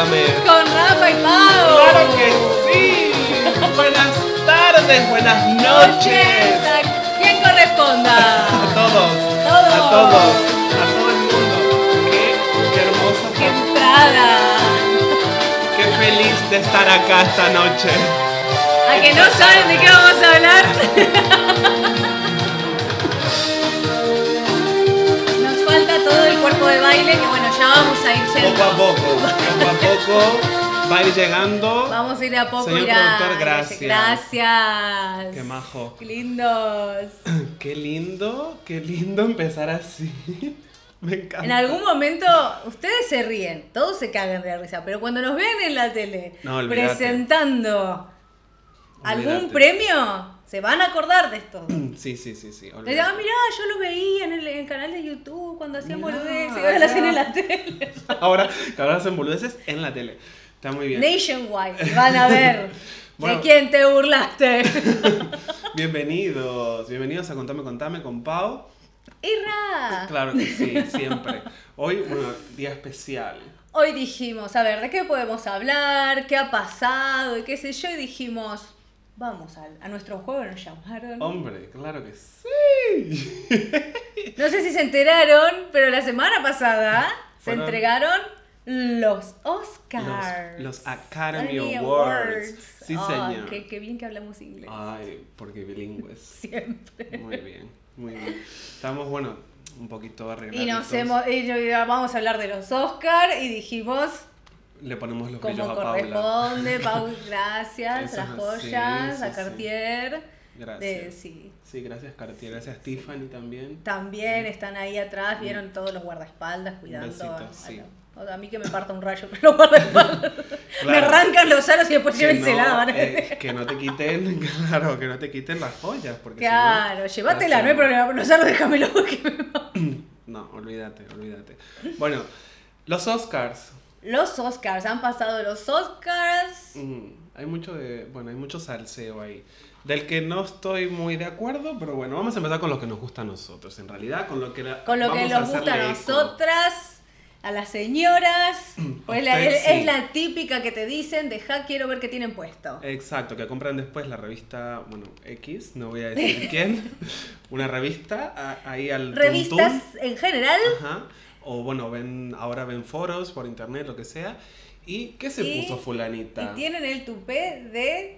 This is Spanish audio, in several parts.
Contame. Con Rafa y Pau. ¡Claro que sí! Buenas tardes, buenas noches. A quien corresponda. A todos. Todos. A todos. A todo el mundo. Qué hermoso. ¡Qué entrada! Qué feliz de estar acá esta noche. ¿A que no saben de qué vamos a hablar? Nos falta todo el cuerpo de baile, que bueno, ya vamos a ir yendo. Poco a poco va a ir llegando. Vamos a ir de a poco. Señor productor, gracias. Gracias. Qué majo. Qué lindos. Qué lindo empezar así. Me encanta. En algún momento ustedes se ríen, todos se cagan de la risa, pero cuando nos ven en la tele No, olvídate. presentando algún Olvídate. premio, se van a acordar de esto. Sí. Le digan, mirá, yo lo veía en el canal de YouTube cuando hacían Mirá, boludeces y ahora lo hacen en la tele. Ahora hacen boludeces en la tele. Está muy bien. Nationwide, van a ver Bueno. de quién te burlaste. Bienvenidos a Contame con Pau. ¡Irra! Claro que sí, siempre. Hoy, día especial. Hoy dijimos, a ver, ¿de qué podemos hablar? ¿Qué ha pasado? Y qué sé yo, y dijimos, vamos a nuestro juego, nos llamaron. Hombre, claro que sí. No sé si se enteraron, pero la semana pasada se Fueron entregaron los Oscars. Los Academy Awards. Sí, señor. Qué bien que hablamos inglés. Ay, porque bilingües. Siempre. Muy bien. Estamos, un poquito arregladitos. Y vamos a hablar de los Oscars y dijimos, Le ponemos los brillos como a Paula. corresponde, Pau, gracias, Eso las es joyas, así, a sí. Cartier. Gracias. Sí. Sí, gracias Cartier, gracias Tiffany también. También están ahí atrás, vieron todos los guardaespaldas cuidando. Besitos, sí. A mí que me parta un rayo con los guardaespaldas. Claro. Me arrancan los aros y después llévensela. van a ver. Que no te quiten, claro, que no te quiten las joyas. Porque Claro, si llévatela, no hay problema, pero los aros déjamelo. No, olvídate. Bueno, los Oscars. Los Oscars, han pasado los Oscars. Hay mucho salseo ahí. Del que no estoy muy de acuerdo, pero bueno, vamos a empezar con lo que nos gusta a nosotros. En realidad, con lo que Nos vamos a gusta a hacerle eco. nosotras, a las señoras. Pues Ustedes sí. es la típica que te dicen, deja, quiero ver qué tienen puesto. Exacto, que compran después la revista, X, no voy a decir quién, una revista ahí al Revistas tuntún. en general. Ajá. O ahora ven foros por internet, lo que sea. ¿Y qué se puso fulanita? Y tienen el tupé de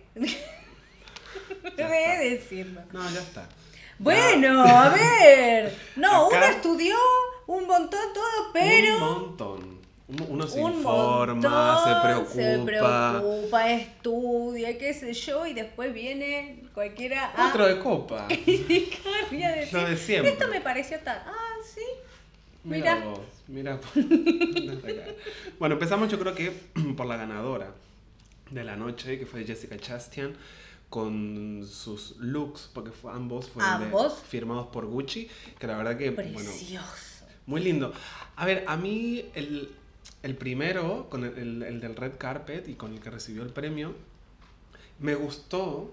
decirlo. No, ya está. Bueno, a ver. No, Acá- uno estudió un montón todo, pero... Un montón. Uno se un informa, se preocupa. estudia, qué sé yo, y después viene cualquiera a Otro de copa. criticar y a decir, Lo de siempre. esto me pareció tal. Ah, sí. Mira Mira. vos, mira vos. Bueno, empezamos yo creo que por la ganadora de la noche, que fue Jessica Chastain, con sus looks, porque ambos fueron firmados por Gucci, que la verdad que, Precioso. muy lindo. A ver, a mí el primero, con el del Red Carpet y con el que recibió el premio, me gustó,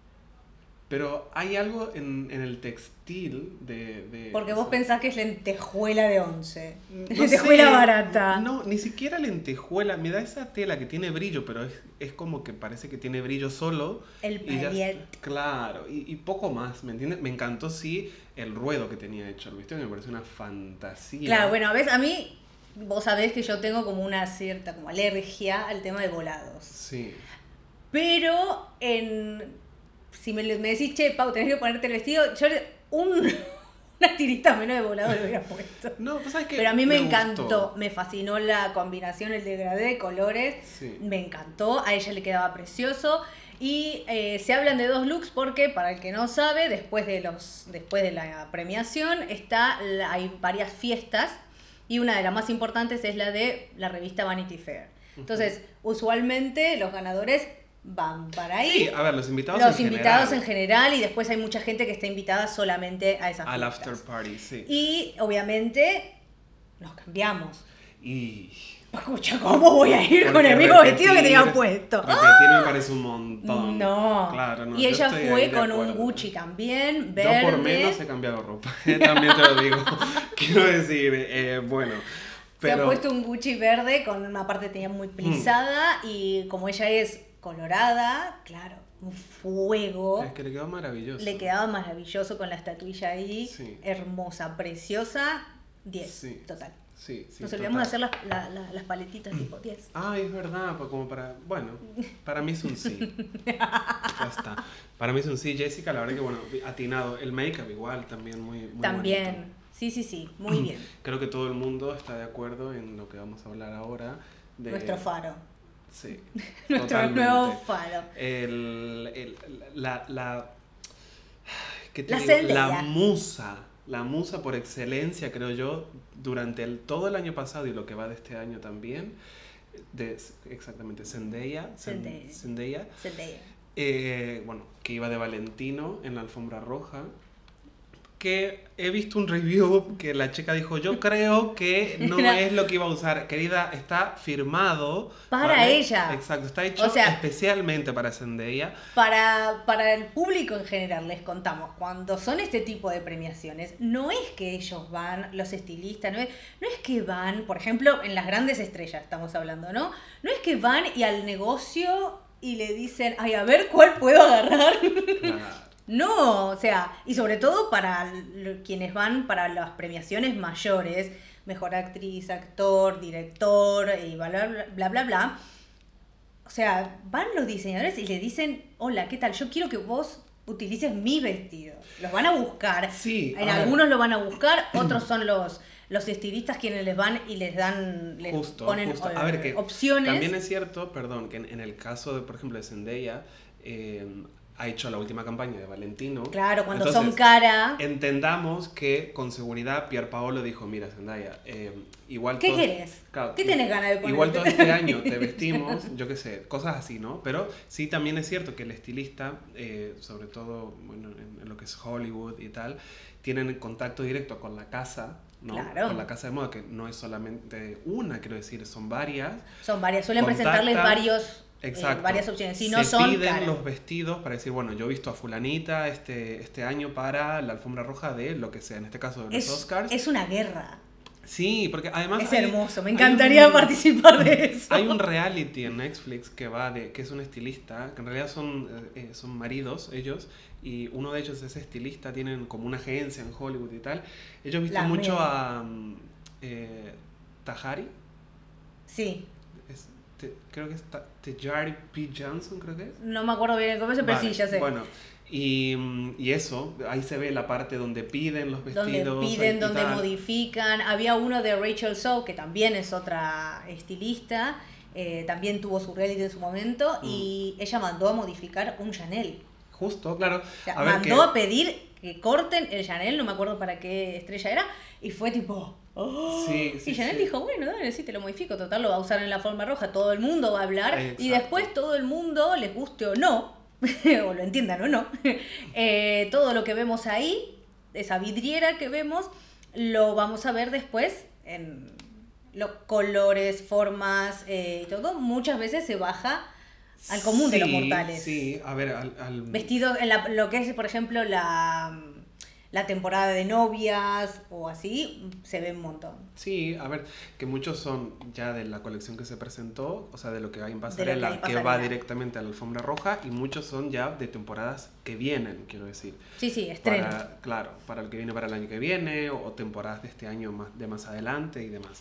pero hay algo en el textil de Porque vos pensás que es lentejuela de 11. no Lentejuela sé, barata. No, ni siquiera lentejuela. Me da esa tela que tiene brillo, pero es como que parece que tiene brillo solo. El y ya- paillette. Claro, y poco más, ¿me entiendes? Me encantó, sí, el ruedo que tenía hecho. El vestido me pareció una fantasía. Claro, bueno, a veces a mí, vos sabés que yo tengo como una cierta como alergia al tema de volados. Sí. Pero si me decís, che, Pau, tenés que ponerte el vestido, yo una tirita menos de volado le hubiera puesto. No, pues sabes que Pero a mí me encantó, gustó. me fascinó la combinación, el degradé de colores, Sí. me encantó, a ella le quedaba precioso. Y se hablan de dos looks porque, para el que no sabe, después de la premiación hay varias fiestas y una de las más importantes es la de la revista Vanity Fair. Entonces, usualmente los ganadores van para ahí. Sí, a ver, los invitados en general y después hay mucha gente que está invitada solamente a esas al fiestas. after party, sí. Y obviamente nos cambiamos. Y Escucha, ¿cómo voy a ir con porque el mismo vestido que tenía puesto? Repetir me parece un montón. No. Claro, no. Y yo ella estoy fue ahí de con un acuerdo. Gucci también, Yo verde. por menos he cambiado ropa, también te lo digo. Quiero decir, bueno, Se ha Pero puesto un Gucci verde con una parte tenía muy plisada y como ella es colorada, claro, un fuego. es que le quedó maravilloso. Le quedaba maravilloso con la estatuilla ahí, Sí. hermosa, preciosa, 10, Sí. total. Sí, sí, Nos olvidamos de total. hacer las paletitas tipo 10. Ay, es verdad, pues como para... Bueno, para mí es un sí. Ya está. Para mí es un sí, Jessica, la verdad que bueno, atinado. El make-up igual, también muy También, bonito. sí, muy bien. Creo que todo el mundo está de acuerdo en lo que vamos a hablar ahora. De... Nuestro faro. Sí, Nuestro totalmente. nuevo faro. ¿Qué te La digo? Zendaya. La musa por excelencia, creo yo, durante todo el año pasado y lo que va de este año también, exactamente, Zendaya. Zendaya. Bueno, que iba de Valentino en la alfombra roja. Que he visto un review que la chica dijo, yo creo que no es lo que iba a usar. Querida, está firmado. Para ¿vale? ella. Exacto, está hecho O sea, especialmente para Zendaya. Para el público en general, les contamos, cuando son este tipo de premiaciones, no es que ellos van, los estilistas, no es que van, por ejemplo, en las grandes estrellas estamos hablando, ¿no? No es que van y al negocio y le dicen, ay, a ver cuál puedo agarrar. Claro. No, o sea, y sobre todo para quienes van para las premiaciones mayores, mejor actriz, actor, director y bla. O sea, van los diseñadores y le dicen, hola, ¿qué tal? Yo quiero que vos utilices mi vestido. Los van a buscar. Sí. En algunos lo van a buscar, otros son los estilistas quienes les van y les dan, les ponen A ver, que opciones. También es cierto, perdón, que en el caso de, por ejemplo, de Zendaya, ha hecho la última campaña de Valentino. Claro, cuando Entonces, son cara. Entendamos que con seguridad Pierpaolo dijo, mira Zendaya, igual ¿Qué querés? Claro, ¿Qué tenés ganas de poner? igual todo este año te vestimos, yo qué sé, cosas así, ¿no? Pero sí también es cierto que el estilista, sobre todo bueno, en lo que es Hollywood y tal, tienen contacto directo con la casa, ¿no? Claro. Con la casa de moda, que no es solamente una, quiero decir, son varias. Son varias, suelen Contactan, presentarles varias opciones. Si se no son piden cara. los vestidos para decir, bueno, yo he visto a fulanita este año para la alfombra roja de lo que sea, en este caso de los Oscars. Es una guerra. Sí, porque además es hermoso, me encantaría participar de eso. Hay un reality en Netflix que es un estilista, que en realidad son maridos ellos, y uno de ellos es estilista, tienen como una agencia en Hollywood y tal. Ellos visten mucho a Tahari. Sí. Creo que es Tejari P. Johnson, creo que es. No me acuerdo bien cómo es, pero sí, ya sé. Bueno, y eso, ahí se ve la parte donde piden los vestidos. Donde piden, donde modifican. Había uno de Rachel Zoe, que también es otra estilista, también tuvo su reality en su momento, y ella mandó a modificar un Chanel. Justo, claro. O sea, mandó a pedir que corten el Chanel, no me acuerdo para qué estrella era, y fue tipo... Oh. Sí, y Chanel dijo, bueno, dale, sí, te lo modifico, total, lo va a usar en la forma roja, todo el mundo va a hablar. Exacto. Y después todo el mundo, les guste o no, o lo entiendan o no, todo lo que vemos ahí, esa vidriera que vemos, lo vamos a ver después en los colores, formas y todo. Muchas veces se baja al común de los mortales. Sí, a ver, vestidos, lo que es, por ejemplo, la temporada de novias o así, se ve un montón. Sí, a ver, que muchos son ya de la colección que se presentó, o sea, de lo que hay en pasarela, que va directamente a la alfombra roja, y muchos son ya de temporadas que vienen, quiero decir. Sí, estreno. Claro, para el que viene para el año que viene, o temporadas de este año más adelante y demás.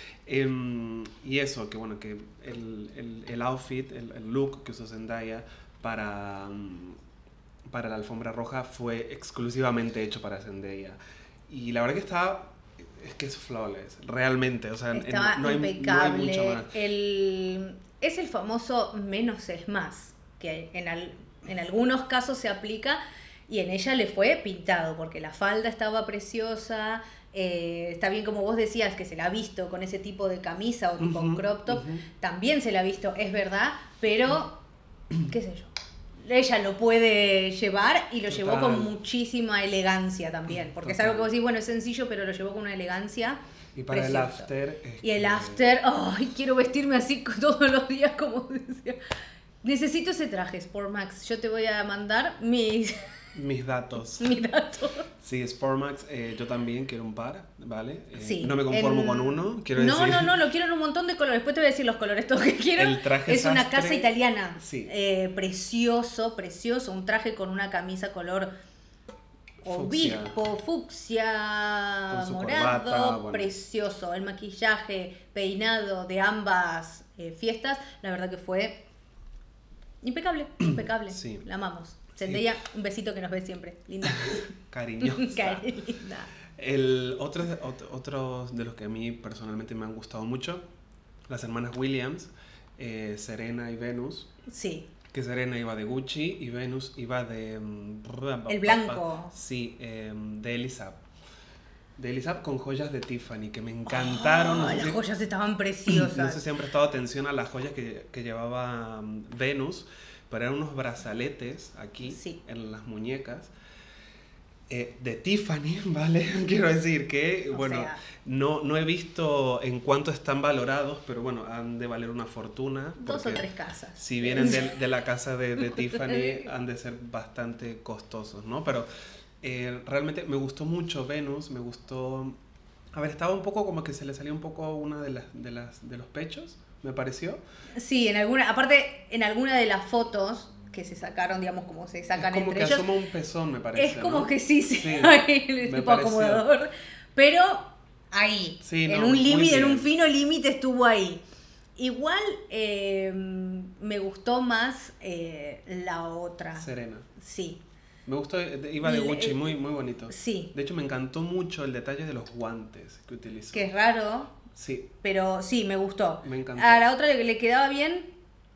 Y eso, que bueno, que el outfit, el look que usó Zendaya para la alfombra roja fue exclusivamente hecho para Zendaya. Y la verdad que es flawless, realmente. O sea, no impecable. Hay mucho más. Es el famoso menos es más, que en algunos casos se aplica, y en ella le fue pintado, porque la falda estaba preciosa. Está bien, como vos decías, que se la ha visto con ese tipo de camisa o tipo crop top, también se la ha visto, es verdad, pero qué sé yo, ella lo puede llevar, y lo llevó con muchísima elegancia también, porque es algo que vos decís, bueno, es sencillo, pero lo llevó con una elegancia. Y para precioso. el after. Y el after, ¡ay! Quiero vestirme así todos los días, como decía. Necesito ese traje, Sport Max. Yo te voy a mandar mis Mis datos. Mi dato. Sí, Sportmax, yo también quiero un par, ¿vale? Sí, no me conformo con uno, quiero no, decir. No, lo quiero en un montón de colores. Después te voy a decir los colores todos que quiero. El traje es una sastre, casa italiana. sí. Precioso, precioso. Un traje con una camisa color Fucsia. obispo, fucsia, Con su morado, corbata, bueno. precioso. El maquillaje, peinado de ambas fiestas, la verdad que fue impecable, impecable. Sí. La amamos. Zendaya, un besito que nos ve siempre. Linda. Cariñosa. Qué linda. Otros de los que a mí personalmente me han gustado mucho, las hermanas Williams, Serena y Venus. Sí. Que Serena iba de Gucci y Venus iba de... El blanco. Sí, de Elisab. De Elisab con joyas de Tiffany, que me encantaron. No sé Las si- joyas estaban preciosas. No sé si han prestado atención a las joyas que llevaba Venus, pero eran unos brazaletes aquí, Sí. en las muñecas. De Tiffany, ¿vale? Quiero decir que, O bueno, sea, no he visto en cuánto están valorados, pero bueno, han de valer una fortuna. 2 o porque 3 casas. Si vienen de la casa de Tiffany, han de ser bastante costosos, ¿no? Pero realmente me gustó mucho Venus, me gustó... A ver, estaba un poco como que se le salía un poco una de los pechos, me pareció. Sí, en alguna de las fotos que se sacaron, digamos, como se sacan Es como entre que ellos, asoma un pezón, me parece, es como ¿no? que sí, Sí, hay el me tipo pareció. acomodador, pero ahí, Sí, en no, un muy límite, en un bien. fino límite estuvo ahí. Igual me gustó más la otra. Serena. Sí, Me gustó, iba de Gucci, muy bonito. sí, De hecho, me encantó mucho el detalle de los guantes que utilizó. que es raro, Sí, pero sí, me gustó. me encantó. A la otra le quedaba bien,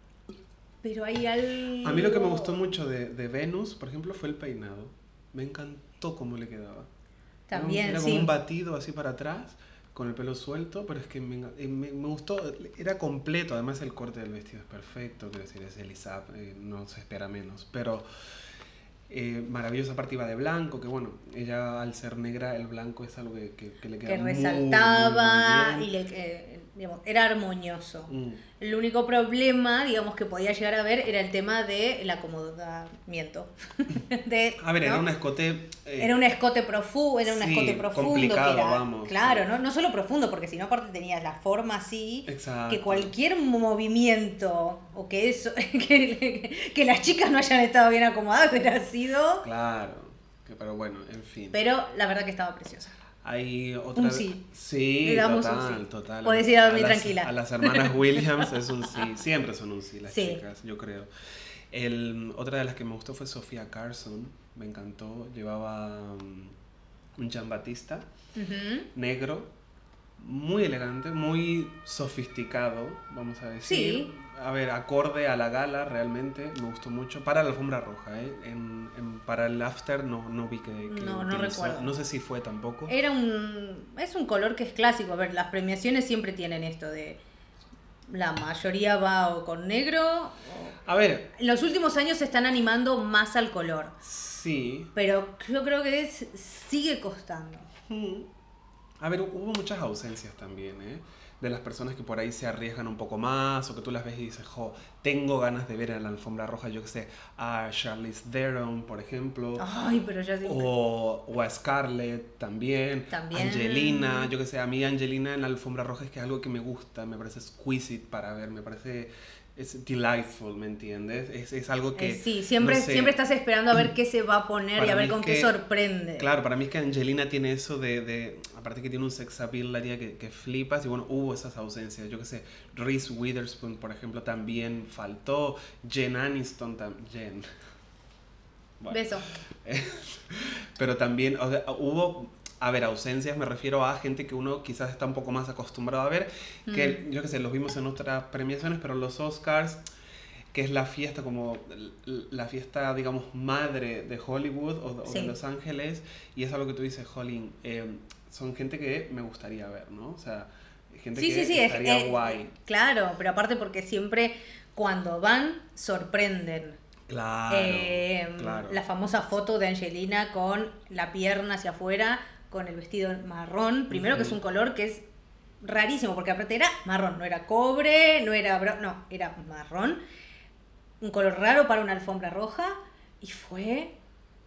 pero hay algo... A mí lo que me gustó mucho de Venus, por ejemplo, fue el peinado. Me encantó cómo le quedaba. También, Era sí. como un batido así para atrás, con el pelo suelto, pero es que me gustó, era completo. Además, el corte del vestido es perfecto, quiero decir, es Elisab, no se espera menos. Pero maravillosa parte iba de blanco, que bueno, ella al ser negra, el blanco es algo que le queda Que muy, resaltaba muy bien. y digamos, era armonioso. Mm. El único problema, digamos, que podía llegar a ver era el tema del acomodamiento. A ver, ¿no? era un escote... Era un escote profundo, era un sí, escote profundo complicado, que era, vamos. claro, no solo profundo, porque si no aparte tenía la forma así, Exacto. que cualquier movimiento o que eso, que las chicas no hayan estado bien acomodadas hubiera sido, Claro, pero bueno, en fin. pero la verdad que estaba preciosa. Hay otra... Un sí. Sí, Le damos total, un sí. total. Podés ir a dormir las- tranquila. A las hermanas Williams es un sí. Siempre son un sí las Sí. chicas, yo creo. Otra de las que me gustó fue Sofía Carson. Me encantó. Llevaba un Giambattista Ujú. negro, muy elegante, muy sofisticado, vamos a decir. Sí. A ver, acorde a la gala, realmente, me gustó mucho. Para la alfombra roja, ¿eh? Para el after no vi que No utilizó. recuerdo. No sé si fue tampoco. Es un color que es clásico. A ver, las premiaciones siempre tienen esto de la mayoría va o con negro. A ver, En los últimos años se están animando más al color, sí. pero yo creo que sigue costando. Mm. A ver, hubo muchas ausencias también, ¿eh? De las personas que por ahí se arriesgan un poco más, o que tú las ves y dices, jo, tengo ganas de ver en la alfombra roja, yo que sé, a Charlize Theron, por ejemplo. Ay, pero ya siempre. O a Scarlett también. También. Angelina, yo que sé, a mí Angelina en la alfombra roja es que es algo que me gusta, me parece exquisite para ver, me parece... Es delightful, ¿me entiendes? Es algo que... Sí, siempre, no sé, siempre estás esperando a ver qué se va a poner y para a mí ver es con qué que- sorprende. Claro, para mí es que Angelina tiene eso aparte que tiene un sex appeal que flipas, y bueno, hubo esas ausencias. Yo que sé, Reese Witherspoon, por ejemplo, también faltó. Jen Aniston también. Bueno. Beso. Pero también, o sea, hubo, a ver, ausencias, me refiero a gente que uno quizás está un poco más acostumbrado a ver, que yo que sé, los vimos en otras premiaciones, pero los Oscars, que es la fiesta como la fiesta, digamos, madre de Hollywood o Sí. de Los Ángeles, y es algo que tú dices, Jolín, son gente que me gustaría ver, ¿no? O sea, gente que estaría guay. Claro, pero aparte porque siempre cuando van sorprenden. Claro, claro. La famosa foto de Angelina con la pierna hacia afuera, con el vestido marrón. Primero que es un color que es rarísimo, porque aparte era marrón, no era cobre, no era no, era marrón. Un color raro para una alfombra roja y fue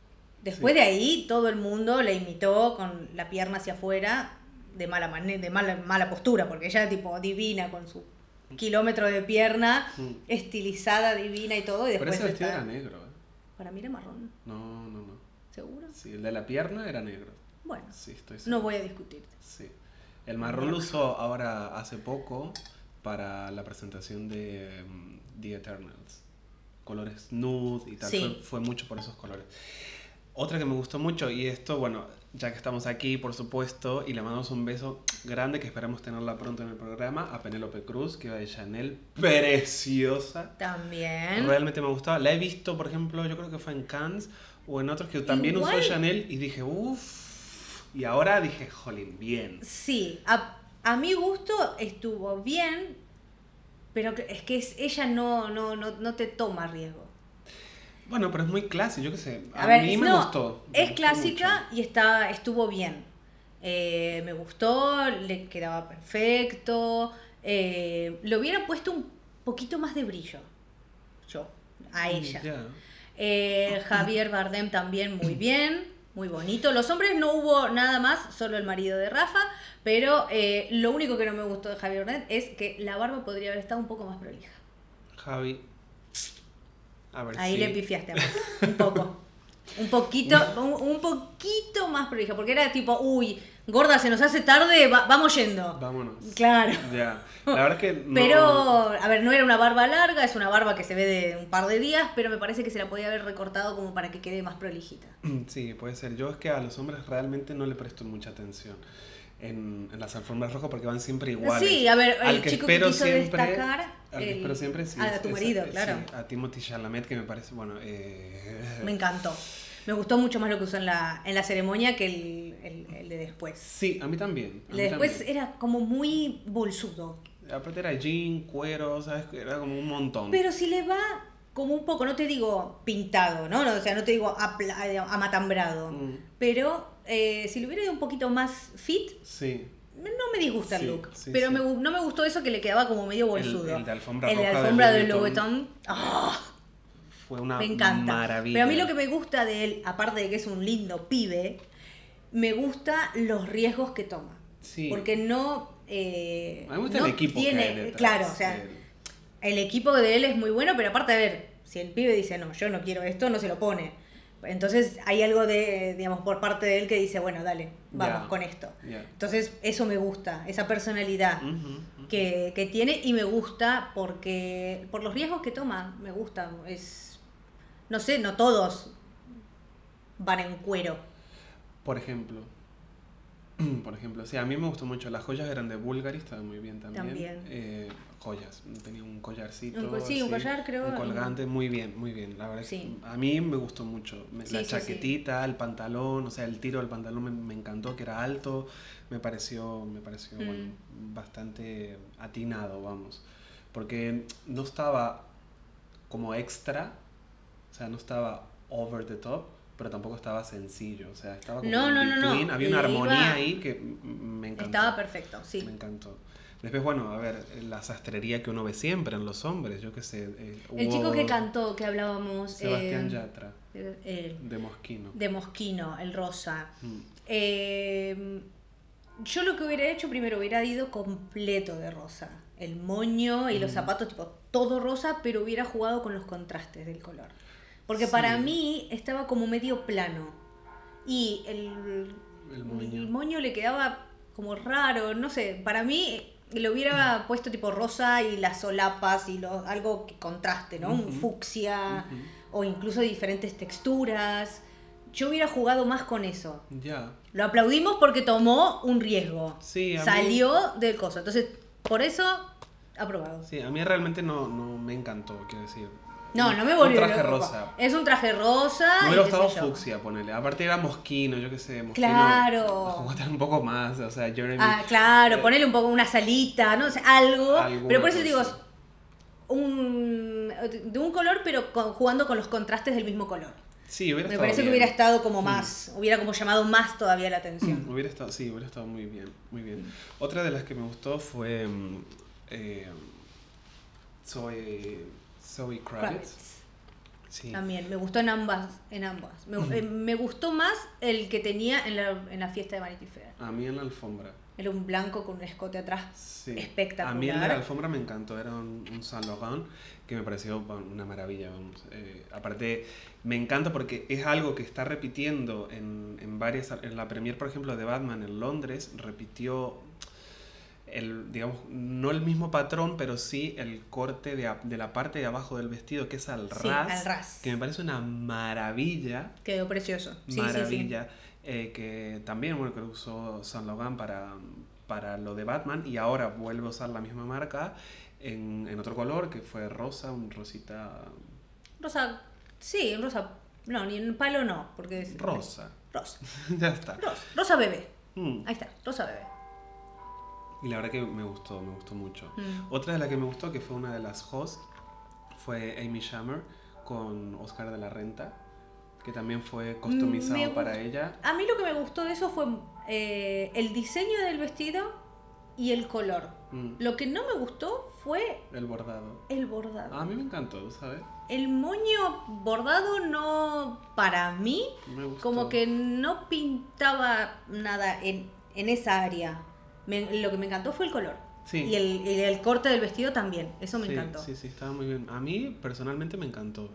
Después de ahí, todo el mundo la imitó con la pierna hacia afuera, de mala postura, porque ella tipo divina con su kilómetro de pierna, estilizada, divina y todo. Y Pero después ese vestido era negro, ¿eh? Para mí era marrón. No. ¿Seguro? Sí, el de la pierna era negro. Bueno, Sí, estoy seguro. no voy a discutir. Sí. El marrón lo usó ahora hace poco para la presentación de The Eternals. Colores nude y tal. Sí. Fue mucho por esos colores. Otra que me gustó mucho, y esto, bueno, ya que estamos aquí, por supuesto, y le mandamos un beso grande, que esperamos tenerla pronto en el programa, a Penélope Cruz, que va de Chanel, preciosa. También. Realmente me gustaba. La he visto, por ejemplo, yo creo que fue en Cannes o en otros que también Igual. usó Chanel y dije, uff. Y ahora dije, jolín, bien. Sí, a mi gusto estuvo bien, pero es que ella no te toma riesgo. Bueno, pero es muy clásico, yo qué sé. A ver, mí me gustó. Es gustó clásica mucho. y estuvo bien. Me gustó, le quedaba perfecto. Le hubiera puesto un poquito más de brillo. Yo, a ella. Ya. Javier Bardem también muy bien, muy bonito. Los hombres no hubo nada más, solo el marido de Rafa, pero lo único que no me gustó de Javier Bardem es que la barba podría haber estado un poco más prolija. Javi. A ver Ahí si... le pifiaste, amor. Un poco. Un poquito más prolija, porque era tipo, uy, gorda, se nos hace tarde, vamos yendo. Vámonos. Claro. Ya. La verdad es que no... Pero, a ver, no era una barba larga, es una barba que se ve de un par de días, pero me parece que se la podía haber recortado como para que quede más prolijita. Sí, puede ser. Yo es que a los hombres realmente no le presto mucha atención en las alfombras rojas porque van siempre iguales. Sí, a ver, Al el que chico que espero quiso siempre, destacar al que espero siempre, sí, a tu marido, claro. Sí, a Timothée Chalamet, que me parece, bueno... Me encantó. Me gustó mucho más lo que usó en la ceremonia que el de después. Sí, a mí también. El de después era como muy bolsudo. Aparte era jean, cuero, ¿sabes? Era como un montón. Pero si le va como un poco, no te digo pintado, ¿no? O sea, no te digo amatambrado. Pero si le hubiera ido un poquito más fit, sí. no me disgusta el look. Sí, pero sí. No me gustó eso que le quedaba como medio bolsudo. El de alfombra el de roja alfombra de de Louis Louis Vuitton. ¡Oh! Fue una Me encanta. maravilla. Pero a mí lo que me gusta de él, aparte de que es un lindo pibe, me gusta los riesgos que toma. Sí. Porque no... a mí me gusta no el equipo tiene, que hay detrás. claro, o sea, el equipo de él es muy bueno, pero aparte, a ver, si el pibe dice, no, yo no quiero esto, no se lo pone. Entonces hay algo de, digamos, por parte de él que dice, bueno, dale, vamos con esto. Entonces eso me gusta, esa personalidad que tiene, y me gusta porque por los riesgos que toma, me gusta. No sé, no todos van en cuero. Por ejemplo, sí, a mí me gustó mucho. Las joyas eran de Bulgari, estaba muy bien también. Joyas, tenía un collarcito. Sí, un collar, creo. Un colgante, muy bien, la verdad. Sí. A mí me gustó mucho. La chaquetita, el pantalón, o sea, el tiro del pantalón me encantó, que era alto. Me pareció bueno, bastante atinado, vamos. Porque no estaba como extra, o sea, no estaba over the top, pero tampoco estaba sencillo, o sea, estaba como between. Había una armonía ahí que me encantó. Estaba perfecto, sí. Me encantó. Después, bueno, a ver, la sastrería que uno ve siempre en los hombres, yo qué sé. El chico que cantó, que hablábamos... Sebastián Yatra, de Moschino. De Moschino, el rosa. Yo lo que hubiera hecho, primero hubiera ido completo de rosa. El moño y los zapatos, tipo, todo rosa, pero hubiera jugado con los contrastes del color. Porque para mí estaba como medio plano. Y el moño le quedaba como raro, no sé, para mí le hubiera puesto tipo rosa y las solapas y algo que contraste, ¿no? Un fucsia o incluso diferentes texturas. Yo hubiera jugado más con eso. Ya. Lo aplaudimos porque tomó un riesgo. Sí, salió del coso. Entonces, por eso, aprobado. Sí, a mí realmente no me encantó, quiero decir. No me volvió un traje loco. rosa. Es un traje rosa. Me hubiera gustado fucsia, ponele. Aparte era Moschino, yo qué sé. Moschino, claro. Jugaste un poco más, o sea, Jeremy. Claro, ponele un poco una salita, ¿no? O sea, algo. Pero por eso cosa. digo, de un color, pero jugando con los contrastes del mismo color. Sí, hubiera Me estado parece bien. que hubiera estado como más, hubiera como llamado más todavía la atención. Hubiera estado muy bien, muy bien. Otra de las que me gustó fue Zoe Kravitz. Sí. También, me gustó en ambas. Me gustó más el que tenía en la fiesta de Vanity Fair. A mí en la alfombra. Era un blanco con un escote atrás Sí. espectacular. A mí el de la alfombra me encantó, era un Saint Laurent que me pareció una maravilla. Vamos. Aparte, me encanta porque es algo que está repitiendo en varias. En la premiere, por ejemplo, de Batman en Londres, repitió digamos, no el mismo patrón, pero sí el corte de la parte de abajo del vestido, que es al ras, que me parece una maravilla. Quedó precioso. Sí, maravilla. Que también, bueno, que usó Saint Laurent para lo de Batman y ahora vuelve a usar la misma marca en otro color, que fue rosa, un rosita... Rosa, sí, rosa, no, ni en palo no, porque es... Rosa. Ya está. Rosa bebé. Ahí está, rosa bebé. Y la verdad que me gustó mucho. Otra de las que me gustó, que fue una de las hosts, fue Amy Schumer con Oscar de la Renta, que también fue customizado para ella. A mí lo que me gustó de eso fue el diseño del vestido y el color. Lo que no me gustó fue... El bordado. A mí me encantó, ¿sabes? El moño bordado no, para mí, me gustó. Como que no pintaba nada en esa área. Lo que me encantó fue el color. Sí. Y el corte del vestido también. Eso me encantó. Sí, estaba muy bien. A mí personalmente me encantó.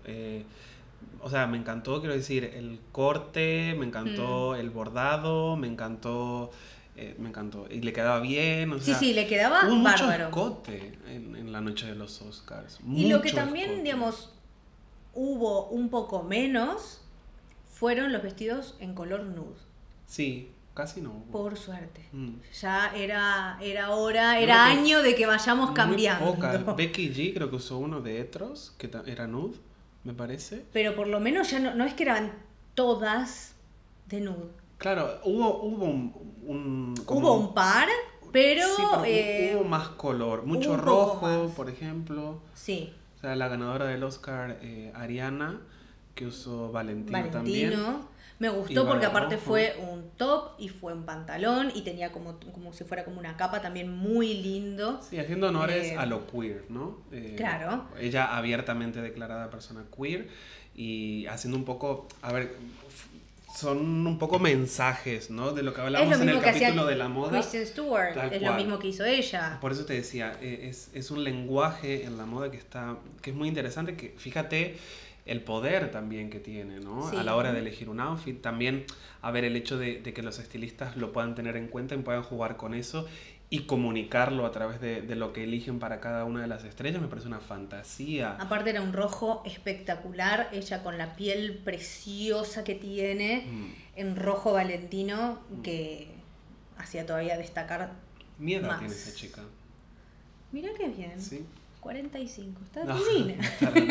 O sea, me encantó, quiero decir, el corte, me encantó el bordado, me encantó. Y le quedaba bien. O sea, sí, le quedaba hubo bárbaro. Mucho escote en la noche de los Oscars. Y lo que también, digamos, hubo un poco menos fueron los vestidos en color nude. Sí. Casi no hubo. Por suerte. Ya era hora, era año de que vayamos cambiando. Becky G creo que usó uno de Etros, que era nude, me parece. Pero por lo menos ya no es que eran todas de nude. Claro, hubo hubo un par, pero... Sí, pero hubo más color. Mucho rojo, por ejemplo. Sí. O sea, la ganadora del Oscar, Ariana, que usó Valentino también. Me gustó porque aparte fue un top y fue un pantalón y tenía como si fuera como una capa también muy lindo. Sí, haciendo honores a lo queer, ¿no? Claro. Ella abiertamente declarada persona queer y haciendo un poco, a ver, son un poco mensajes, ¿no? De lo que hablamos en el capítulo de la moda. Kristen Stewart, es lo mismo que hizo ella. Por eso te decía, es un lenguaje en la moda que es muy interesante, que fíjate el poder también que tiene, ¿no? Sí. A la hora de elegir un outfit. También, a ver, el hecho de que los estilistas lo puedan tener en cuenta y puedan jugar con eso y comunicarlo a través de lo que eligen para cada una de las estrellas, me parece una fantasía. Aparte era un rojo espectacular, ella con la piel preciosa que tiene, en rojo valentino, que hacía todavía destacar Mi edad más. Tiene esa chica. Mira qué bien. Sí. 45, está divina.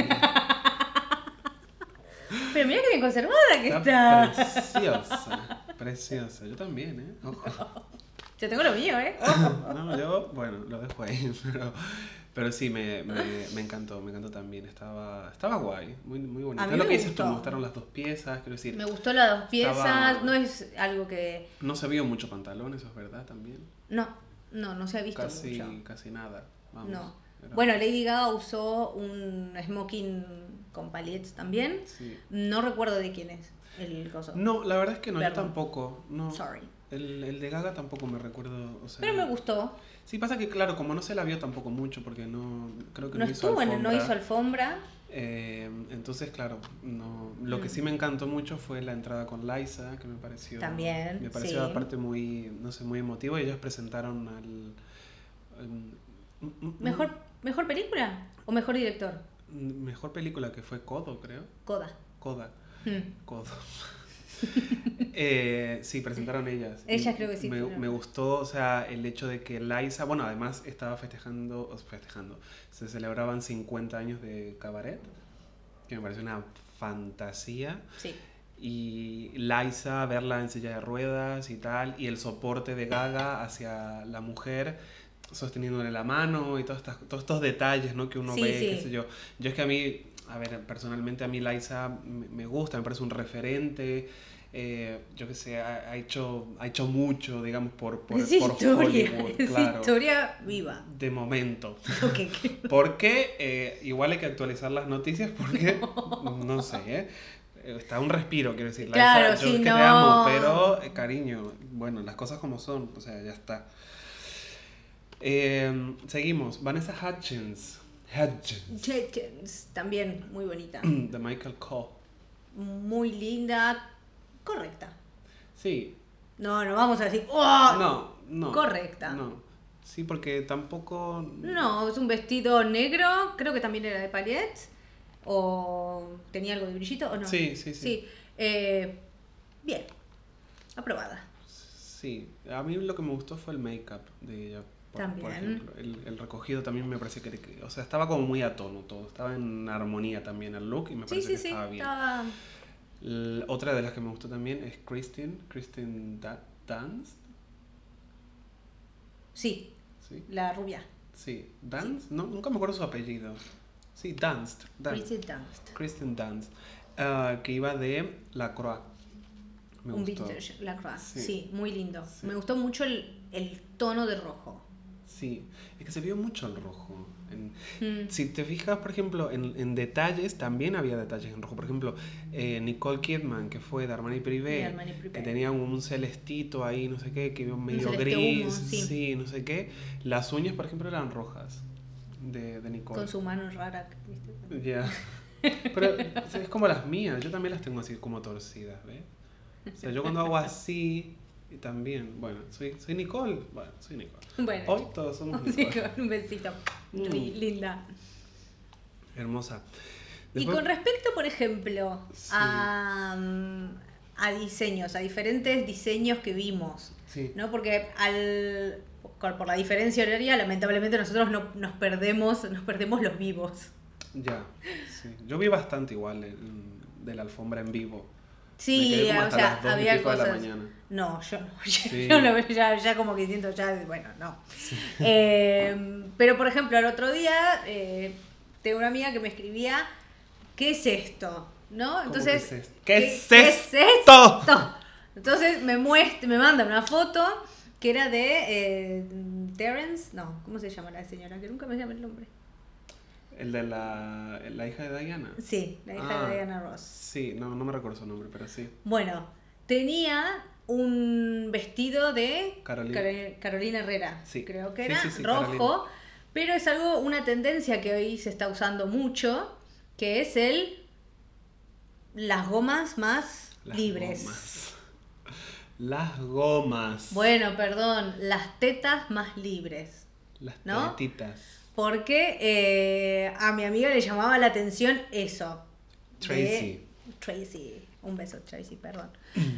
Pero mira qué bien conservada que está. Preciosa. Yo también, ¿eh? Ojo. Yo tengo lo mío, ¿eh? No, yo, bueno, lo dejo ahí. Pero sí, me encantó también. Estaba guay, muy bonito. A mí es lo que me dices tú, me gustó. gustaron las dos piezas, quiero decir. Me gustó las dos piezas, no es algo que... No se vio mucho pantalón, eso es verdad también. No se ha visto mucho. Casi nada, vamos. No. Bueno, Lady Gaga usó un smoking con palets también. Sí. No recuerdo de quién es el coso. No, la verdad es que no, yo tampoco. No. Sorry. El de Gaga tampoco me recuerdo. O sea, pero me gustó. Sí, pasa que claro, como no se la vio tampoco mucho, porque no creo que no hizo alfombra. No hizo alfombra. Entonces, claro, no. Lo que sí me encantó mucho fue la entrada con Liza, que me pareció. También. Me pareció aparte muy, no sé, muy emotivo. Y ellos presentaron ¿Mejor película o mejor director? Mejor película, que fue Codo, creo. Coda. Codo. Sí, presentaron ellas. Ellas creo que sí. Me gustó, o sea, el hecho de que Liza, bueno, además estaba festejando, se celebraban 50 años de Cabaret, que me pareció una fantasía. Sí. Y Liza, verla en silla de ruedas y tal, y el soporte de Gaga hacia la mujer, sosteniéndole la mano y todos estos detalles, ¿no? Que uno ve, qué sé yo. Yo es que a mí, a ver, personalmente a mí Liza me gusta, me parece un referente. yo qué sé, ha hecho mucho, digamos, por Historia, Hollywood, es claro. historia viva. De momento. Ok. Porque igual hay que actualizar las noticias porque, no sé, está un respiro, quiero decir. Claro, Yo sí, es que te amo, pero cariño, bueno, las cosas como son, o sea, ya está. Seguimos, Vanessa Hudgens. Jenkins, también muy bonita. De Michael Coe. Muy linda, correcta. Sí. No vamos a decir, ¡oh! No. Correcta. No. Sí, porque tampoco... No, es un vestido negro, creo que también era de palets. ¿O tenía algo de brillito o no? Sí. Bien, aprobada. Sí, a mí lo que me gustó fue el make-up de ella. Por También. ejemplo, el recogido también me pareció o sea, estaba como muy a tono todo, estaba en armonía también el look y me parece que estaba bien. Otra de las que me gustó también es Kristen Dunst. Sí, ¿Sí? la rubia. Sí, Dunst, no, nunca me acuerdo su apellido. Sí, Dunst. Kristen Dunst. Que iba de La Croix. Me un gustó. vintage Lacroix. Sí, muy lindo. Sí. Me gustó mucho el tono de rojo. Sí, es que se vio mucho el rojo. Si te fijas, por ejemplo, en detalles, también había detalles en rojo. Por ejemplo, Nicole Kidman, que fue de Armani Privé, que tenía un celestito ahí, no sé qué, que vio medio gris, humo, sí, no sé qué. Las uñas, por ejemplo, eran rojas de Nicole. Con su mano rara, ¿viste? Ya. Pero es como las mías, yo también las tengo así como torcidas, ¿ves? O sea, yo cuando hago así, y también, bueno, soy Nicole. Bueno, soy Nicole. Bueno, hoy todos somos Nicole. Sí, con un besito. Linda. Hermosa. Después, y con respecto, por ejemplo, sí, a diseños, a diferentes diseños que vimos, sí, ¿no? Porque por la diferencia horaria, lamentablemente nosotros nos perdemos los vivos. Ya, sí. Yo vi bastante igual de la alfombra en vivo. Sí, o sea, había cosas. De la mañana. No, yo no. Sí. Yo lo veo ya como que siento bueno, no. Sí. Pero por ejemplo, el otro día tengo una amiga que me escribía, ¿qué es esto? ¿No? Entonces, ¿Qué es esto? Entonces me manda una foto que era de Terence, no, ¿cómo se llama la señora? Que nunca me llama el nombre. ¿El de la hija de Diana? Sí, la hija de Diana Ross. Sí, no me recuerdo su nombre, pero sí. Bueno, tenía un vestido de Carolina Herrera, sí, creo que era, sí, rojo, Carolina. Pero es una tendencia que hoy se está usando mucho, que es las gomas más libres. Las gomas. Bueno, perdón, las tetas más libres. Las tetitas. Porque a mi amiga le llamaba la atención eso. Tracy. Un beso, Tracy, perdón.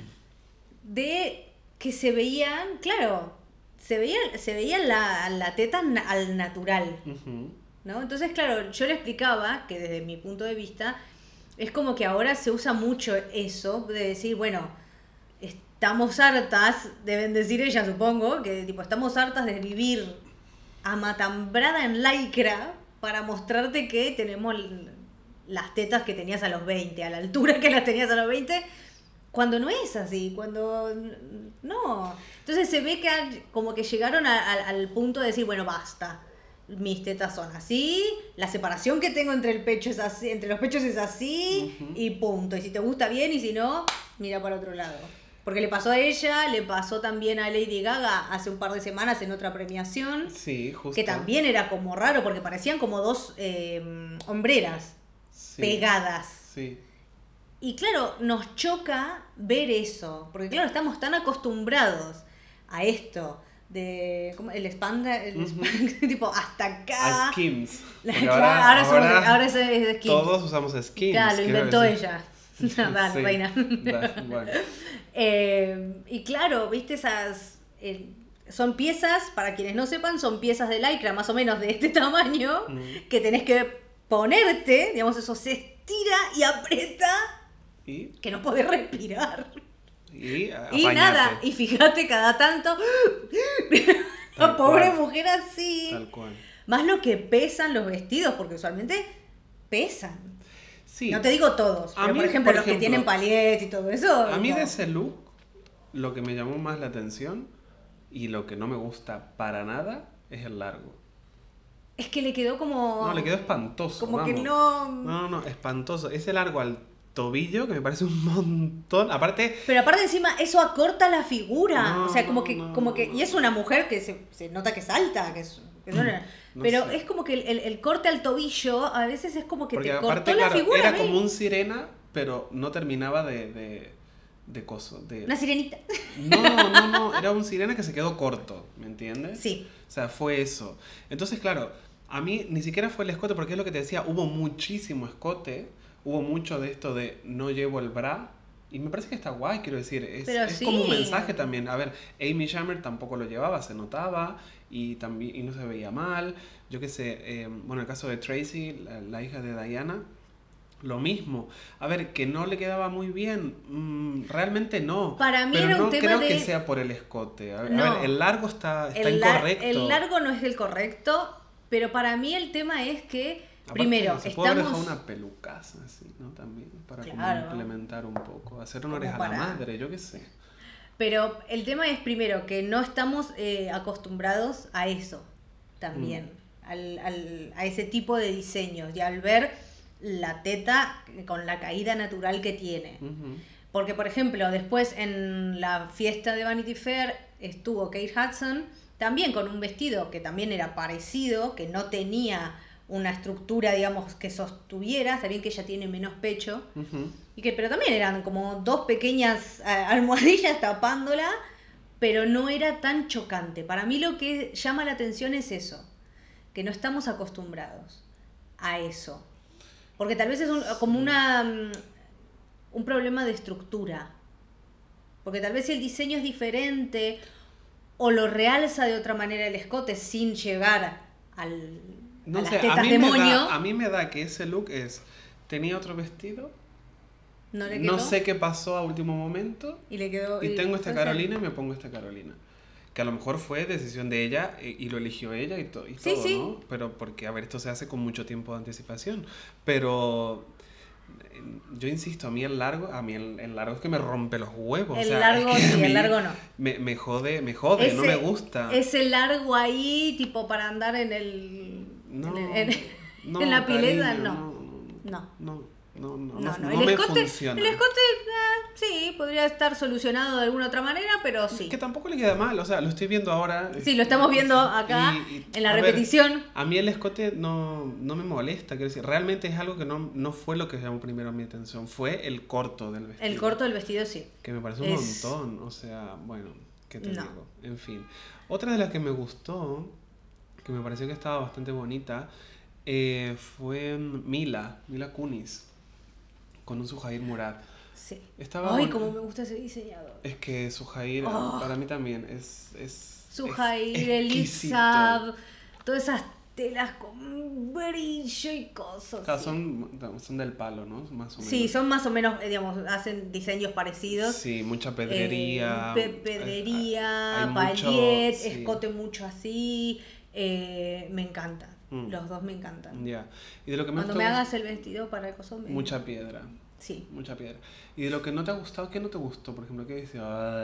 De que se veían, claro, se veía la teta al natural. Uh-huh. ¿No? Entonces, claro, yo le explicaba que desde mi punto de vista es como que ahora se usa mucho eso de decir, bueno, estamos hartas, deben decir ellas, supongo, que tipo estamos hartas de vivir amatambrada en lycra para mostrarte que tenemos las tetas que tenías a los 20, a la altura que las tenías a los 20, cuando no es así, cuando no. Entonces se ve que como que llegaron al punto de decir, bueno, basta, mis tetas son así, la separación que tengo entre los pechos es así, uh-huh, y punto. Y si te gusta bien y si no, mira para otro lado. Porque le pasó a ella, le pasó también a Lady Gaga hace un par de semanas en otra premiación. Sí, justo. Que también era como raro porque parecían como dos hombreras, sí, pegadas. Sí. Y claro, nos choca ver eso. Porque claro, estamos tan acostumbrados a esto. ¿cómo? El Spanga, tipo hasta acá. A Skims. Ahora es Skims. Todos usamos Skims. Claro, lo inventó ella. Dale, sí, reina. Bueno. Y claro, viste esas... son piezas, para quienes no sepan, son piezas de lycra más o menos de este tamaño, que tenés que ponerte, digamos, eso se estira y aprieta, ¿y? Que no podés respirar. Y nada, y fíjate cada tanto, la pobre mujer así. Tal cual. Más lo que pesan los vestidos, porque usualmente pesan. Sí. No te digo todos, A pero mí, por ejemplo, por los que ejemplo, tienen palets y todo eso. A mí no. de ese look, lo que me llamó más la atención y lo que no me gusta para nada es el largo. Es que le quedó No, le quedó como. espantoso, Como que vamos. no. No, espantoso. Ese largo al tobillo que me parece un montón. Aparte, Pero aparte encima, eso acorta la figura. O sea, no, no, como no, que. Y es una mujer que se nota que es alta, que es una- no pero sé. es como que el corte al tobillo a veces es como que Porque te aparte, cortó la claro, figura. era ¿Ve? como un sirena, pero no terminaba de coso. Una sirenita. No, era un sirena que se quedó corto, ¿me entiendes? Sí. O sea, fue eso. Entonces, claro, a mí ni siquiera fue el escote, porque es lo que te decía, hubo muchísimo escote, hubo mucho de esto de no llevo el bra, y me parece que está guay, quiero decir, Pero es sí. como un mensaje también. A ver, Amy Schumer tampoco lo llevaba, se notaba, y, también, y no se veía mal. Yo qué sé, bueno, el caso de Tracy, la hija de Diana, lo mismo. A ver, que no le quedaba muy bien. Realmente no. Para mí Pero era un no tema creo de. que sea por el escote. A No. ver, el largo está El incorrecto. largo no es el correcto, pero para mí el tema es que, Aparte, primero, se puede haber estamos. dejado una pelucaza así, ¿no? También, para como Claro. implementar un poco. Hacer Como honores a para- la madre, yo qué sé. Pero el tema es, primero, que no estamos acostumbrados a eso también, a ese tipo de diseños y al ver la teta con la caída natural que tiene. Ujú. Porque, por ejemplo, después en la fiesta de Vanity Fair estuvo Kate Hudson, también con un vestido que también era parecido, que no tenía una estructura, digamos, que sostuviera, está bien que ella tiene menos pecho, Ujú. pero también eran como dos pequeñas almohadillas tapándola, pero no era tan chocante. Para mí lo que llama la atención es eso, que no estamos acostumbrados a eso. Porque tal vez es como un problema de estructura. Porque tal vez si el diseño es diferente o lo realza de otra manera el escote sin llegar a No las sé, tetas demonio, a mí me da que ese look es... Tenía otro vestido, no le quedó. no sé qué pasó a último momento, Y le quedó. y tengo esta entonces- Carolina y me pongo esta Carolina. Que a lo mejor fue decisión de ella y lo eligió ella y Sí, todo, sí. ¿no? Pero porque, a ver, esto se hace con mucho tiempo de anticipación. Pero yo insisto, a mí el largo es que me rompe los huevos. El o sea, largo es que a sí, el mí largo no. Me jode, no me gusta. Ese largo ahí, tipo para andar en el. No, en la pileta, cariño, no. No. No. No El me escote, funciona. el escote, sí, podría estar solucionado de alguna otra manera, pero sí. Que tampoco le queda mal, o sea, lo estoy viendo ahora. Sí, lo estamos viendo acá en la a ver, repetición. a mí el escote no me molesta, quiero decir, realmente es algo que no fue lo que llamó primero mi atención, fue el corto del vestido. El corto del vestido, sí. Que me parece un montón, o sea, bueno, ¿qué te No. digo? En fin. Otra de las que me gustó, que me pareció que estaba bastante bonita, fue Mila Kunis, con un Sujair Murad. Sí. Estaba Ay, bon- cómo me gusta ese diseñador. Es que Sujair, Oh. para mí también, es Sujair, exquisito. Elipsab, todas esas telas con brillo y cosas. O sea, sí. son del palo, ¿no? Más o menos. Sí, son más o menos, digamos, hacen diseños parecidos. Sí, mucha pedrería. Pedrería, hay mucho, pallet, sí. escote mucho así. Me encanta. Los dos me encantan. Ya. Y de lo que Cuando te me gust- hagas el vestido para el coso, Mucha piedra. Sí. Mucha piedra. Y de lo que no te ha gustado, ¿qué no te gustó? Por ejemplo, ¿qué dices?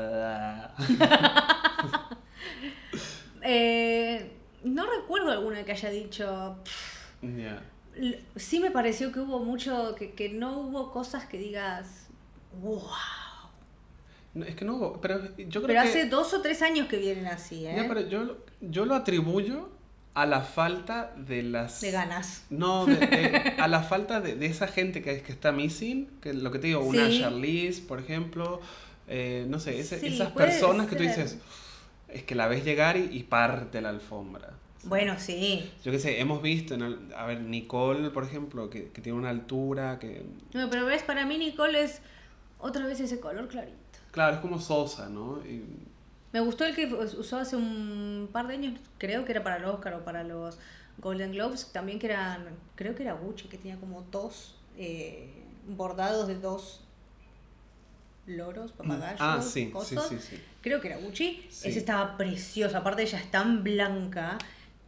No recuerdo alguna que haya dicho. Ya. Sí me pareció que hubo mucho, que no hubo cosas que digas, wow. No, es que no hubo, pero yo creo Pero que... hace 2 o 3 años que vienen así, ¿eh? Ya, pero yo lo atribuyo a la falta de las... De ganas. No, a la falta de esa gente que está missing, que lo que te digo, una Sí. Charlize, por ejemplo, no sé, Sí, esas puede personas que tú ser. dices, es que la ves llegar y parte la alfombra. Bueno, sí. Yo qué sé, hemos visto, a ver, Nicole, por ejemplo, que tiene una altura, que... No, pero ves, para mí Nicole es otra vez ese color clarito. Claro, es como sosa, ¿no? Me gustó el que usó hace un par de años, creo que era para el Oscar o para los Golden Globes, también que eran, creo que era Gucci, que tenía como 2 bordados de 2 loros, papagayos, Ah, sí, cosas. sí. Creo que era Gucci. Sí. Ese estaba precioso, aparte ella es tan blanca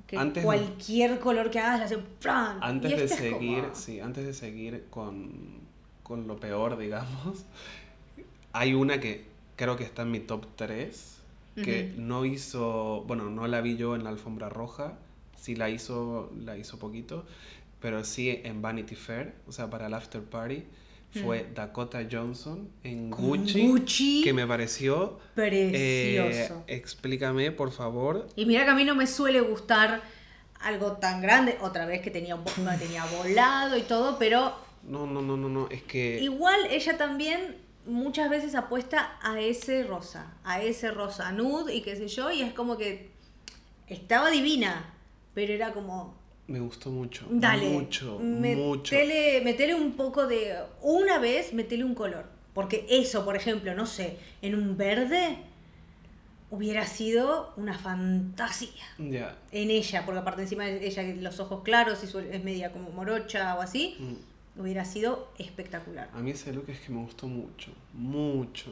Que Antes de- cualquier color que hagas, le hace ¡fran! Antes Y de este es seguir, como- sí, antes de seguir con lo peor, digamos, hay una que creo que está en mi top 3, que Ujú. no hizo, bueno, no la vi yo en la alfombra roja, sí la hizo poquito, pero sí en Vanity Fair, o sea, para el after party, fue Dakota Johnson en Con Gucci, Gucci. que me pareció... Precioso. explícame, por favor. Y mira que a mí no me suele gustar algo tan grande, otra vez que tenía volado y todo, pero No, es que... igual ella también muchas veces apuesta a ese rosa nude y qué sé yo, y es como que estaba divina, pero era como, Me gustó mucho, dale, mucho. metele un poco de, una vez metele un color, porque eso, por ejemplo, no sé, en un verde hubiera sido una fantasía. Ya. En ella, porque aparte encima de ella los ojos claros y es media como morocha o así, hubiera sido espectacular. A mí ese look es que me gustó mucho. Mucho.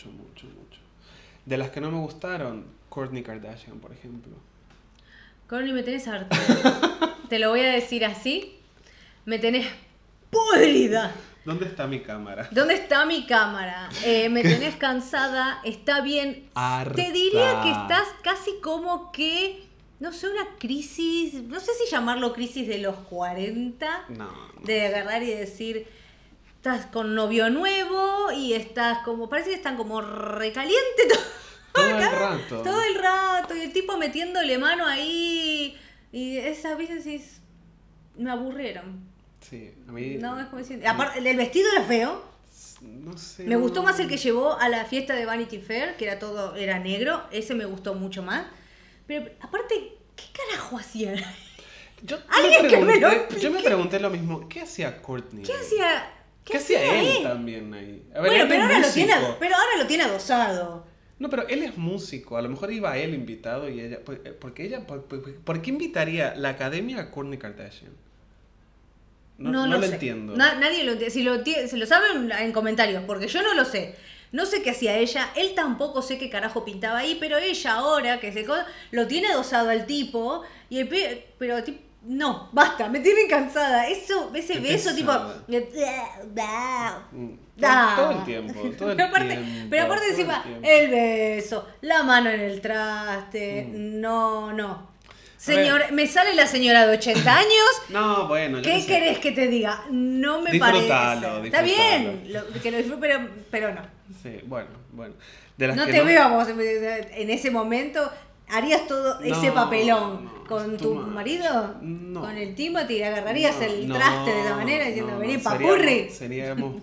De las que no me gustaron, Kourtney Kardashian, por ejemplo. Corny, me tenés harta. Te lo voy a decir así. Me tenés podrida. ¿Dónde está mi cámara? ¿Dónde está mi cámara? Me tenés cansada, está bien. Harta. Te diría que estás casi como que, no sé, una crisis, no sé si llamarlo crisis de los 40, No. de agarrar y decir, estás con novio nuevo y estás como, parece que están como recaliente Todo el rato. todo el rato y el tipo metiéndole mano ahí y esas veces decís, me aburrieron. Sí, a mí... No, es como decir, aparte, el vestido era feo. No sé. Me gustó más el que llevó a la fiesta de Vanity Fair, que era negro, ese me gustó mucho más. Pero aparte, ¿qué carajo hacían? Alguien que me lo explique. Yo me pregunté lo mismo. ¿Qué hacía Kourtney? ¿Qué hacía? ¿Qué hacía él también ahí? A ver, Bueno, él pero es músico. ahora lo tiene adosado. No, pero él es músico. A lo mejor iba él invitado y ella... Porque ella... ¿Por qué invitaría la academia a Kourtney Kardashian? No lo sé. entiendo. Nadie lo entiende. Si lo saben en comentarios, porque yo no lo sé. No sé qué hacía ella, él tampoco sé qué carajo pintaba ahí, pero ella ahora, lo tiene adosado al tipo, y pero tipo, no, basta, me tienen cansada. Ese Qué beso pesada. tipo... Todo el tiempo, todo el Pero aparte, tiempo. pero aparte todo encima, tiempo. el beso, la mano en el traste, no. Señor, me sale la señora de 80 años. No, bueno, yo ¿Qué qué sé. querés que te diga? No me Disfrútalo, parece. Está disfrútalo. bien, que lo disfrute, pero no. Sí, bueno. De las No que te veo a vos en ese momento. ¿Harías todo ese No, papelón no, con es tu too much. marido? No. ¿Con el Timothy? ¿Agarrarías el traste de esa manera diciendo, no, vení, no, papurri? Seríamos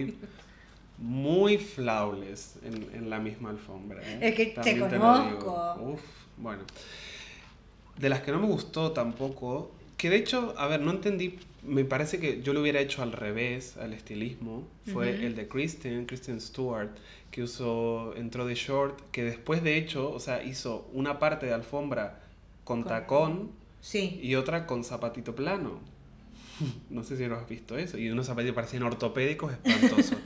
muy flawless en la misma alfombra. Es que te También lo conozco. digo. Uf, bueno. De las que no me gustó tampoco, que de hecho, a ver, no entendí, me parece que yo lo hubiera hecho al revés, al estilismo, fue el de Kristen Stewart, que entró de short, que después de hecho, o sea, hizo una parte de alfombra con tacón Sí. y otra con zapatito plano. No sé si lo has visto eso. Y unos zapatos parecían ortopédicos espantosos.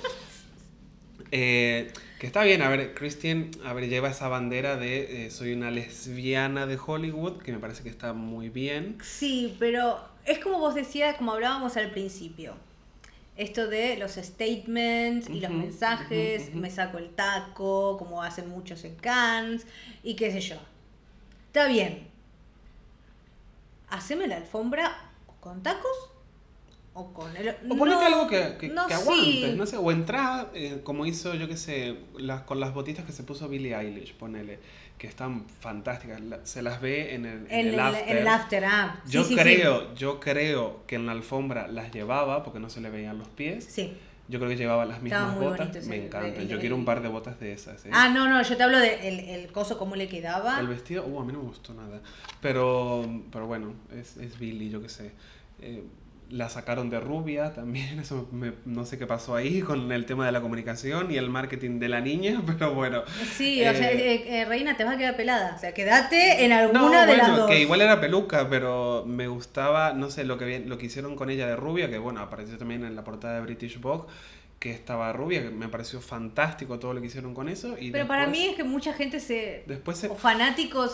Que está bien, a ver, Kristen, lleva esa bandera de soy una lesbiana de Hollywood, que me parece que está muy bien. Sí, pero es como vos decías, como hablábamos al principio. Esto de los statements y los mensajes, me saco el taco, como hacen muchos en Cannes, y qué sé yo. Está bien. Haceme la alfombra con tacos o con el... O ponete algo que no, aguantes, sí. no sé, o entrá como hizo, yo qué sé, con las botitas que se puso Billie Eilish, ponele, que están fantásticas, se las ve en el after. En el after, sí, Yo sí, creo que en la alfombra las llevaba porque no se le veían los pies. Sí. Yo creo que llevaba las Estaba mismas muy botas. bonito ese- Me encantan. Yo el- quiero un par de botas de esas. No, yo te hablo de el coso, cómo le quedaba. El vestido, a mí no me gustó nada. Pero bueno, es Billie, yo qué sé. La sacaron de rubia también, eso no sé qué pasó ahí con el tema de la comunicación y el marketing de la niña, pero bueno. Sí, o sea, reina, te vas a quedar pelada. O sea, quedate en alguna de las dos. Que igual era peluca, pero me gustaba, no sé, lo que hicieron con ella de rubia, que bueno, apareció también en la portada de British Vogue, que estaba rubia, que me pareció fantástico todo lo que hicieron con eso. Y Pero para después- mí es que mucha gente Después se... o fanáticos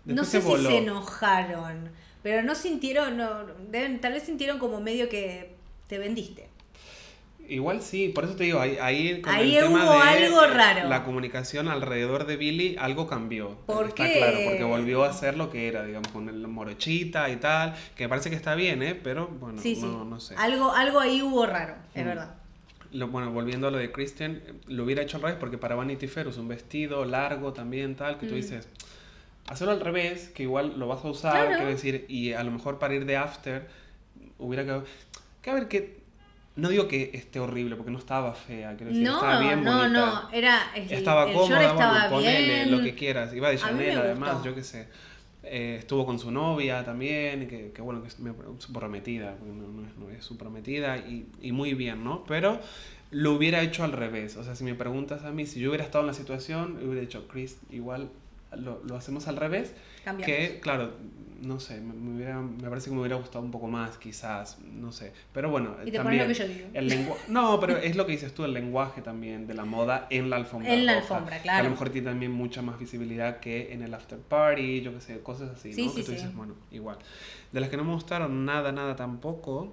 No Después sé se si voló. se enojaron, pero no sintieron, tal vez sintieron como medio que te vendiste. Igual sí, por eso te digo, ahí con Ahí el tema hubo de algo raro. la comunicación alrededor de Billy, algo cambió. Está claro, porque Porque volvió a ser lo que era, digamos, con el morochita y tal, que me parece que está bien, ¿eh? Pero bueno, sí, sí. no sé. Algo ahí hubo raro, es Mm. verdad. Bueno, volviendo a lo de Christian, lo hubiera hecho al revés, porque para Vanity Fair es un vestido largo también, tal, que tú dices, hacerlo al revés, que igual lo vas a usar, Claro. quiero decir, y a lo mejor para ir de after, hubiera que a ver que. No digo que esté horrible, porque no estaba fea, quiero decir, estaba No, bien no, bonita. no. Estaba El short cómoda, bueno, estaba ponele lo que bien. quieras. Iba de A mí me Chanel además, gustó. yo qué sé. Estuvo con su novia también, que bueno, que es su prometida, porque no es su prometida, y muy bien, ¿no? Pero lo hubiera hecho al revés. O sea, si me preguntas a mí, si yo hubiera estado en la situación, hubiera dicho, Chris, igual lo hacemos al revés. Cambiamos. Que, claro, no sé, me parece que me hubiera gustado un poco más, quizás, no sé. Pero bueno, Y te pones también lo que yo digo. el lenguaje. No, pero es lo que dices tú, el lenguaje también de la moda en la alfombra En la roja. alfombra, Que claro. a lo mejor tiene también mucha más visibilidad que en el after party, yo qué sé, cosas así, Sí, ¿no? sí, Que tú sí. dices, bueno, igual. De las que no me gustaron nada tampoco,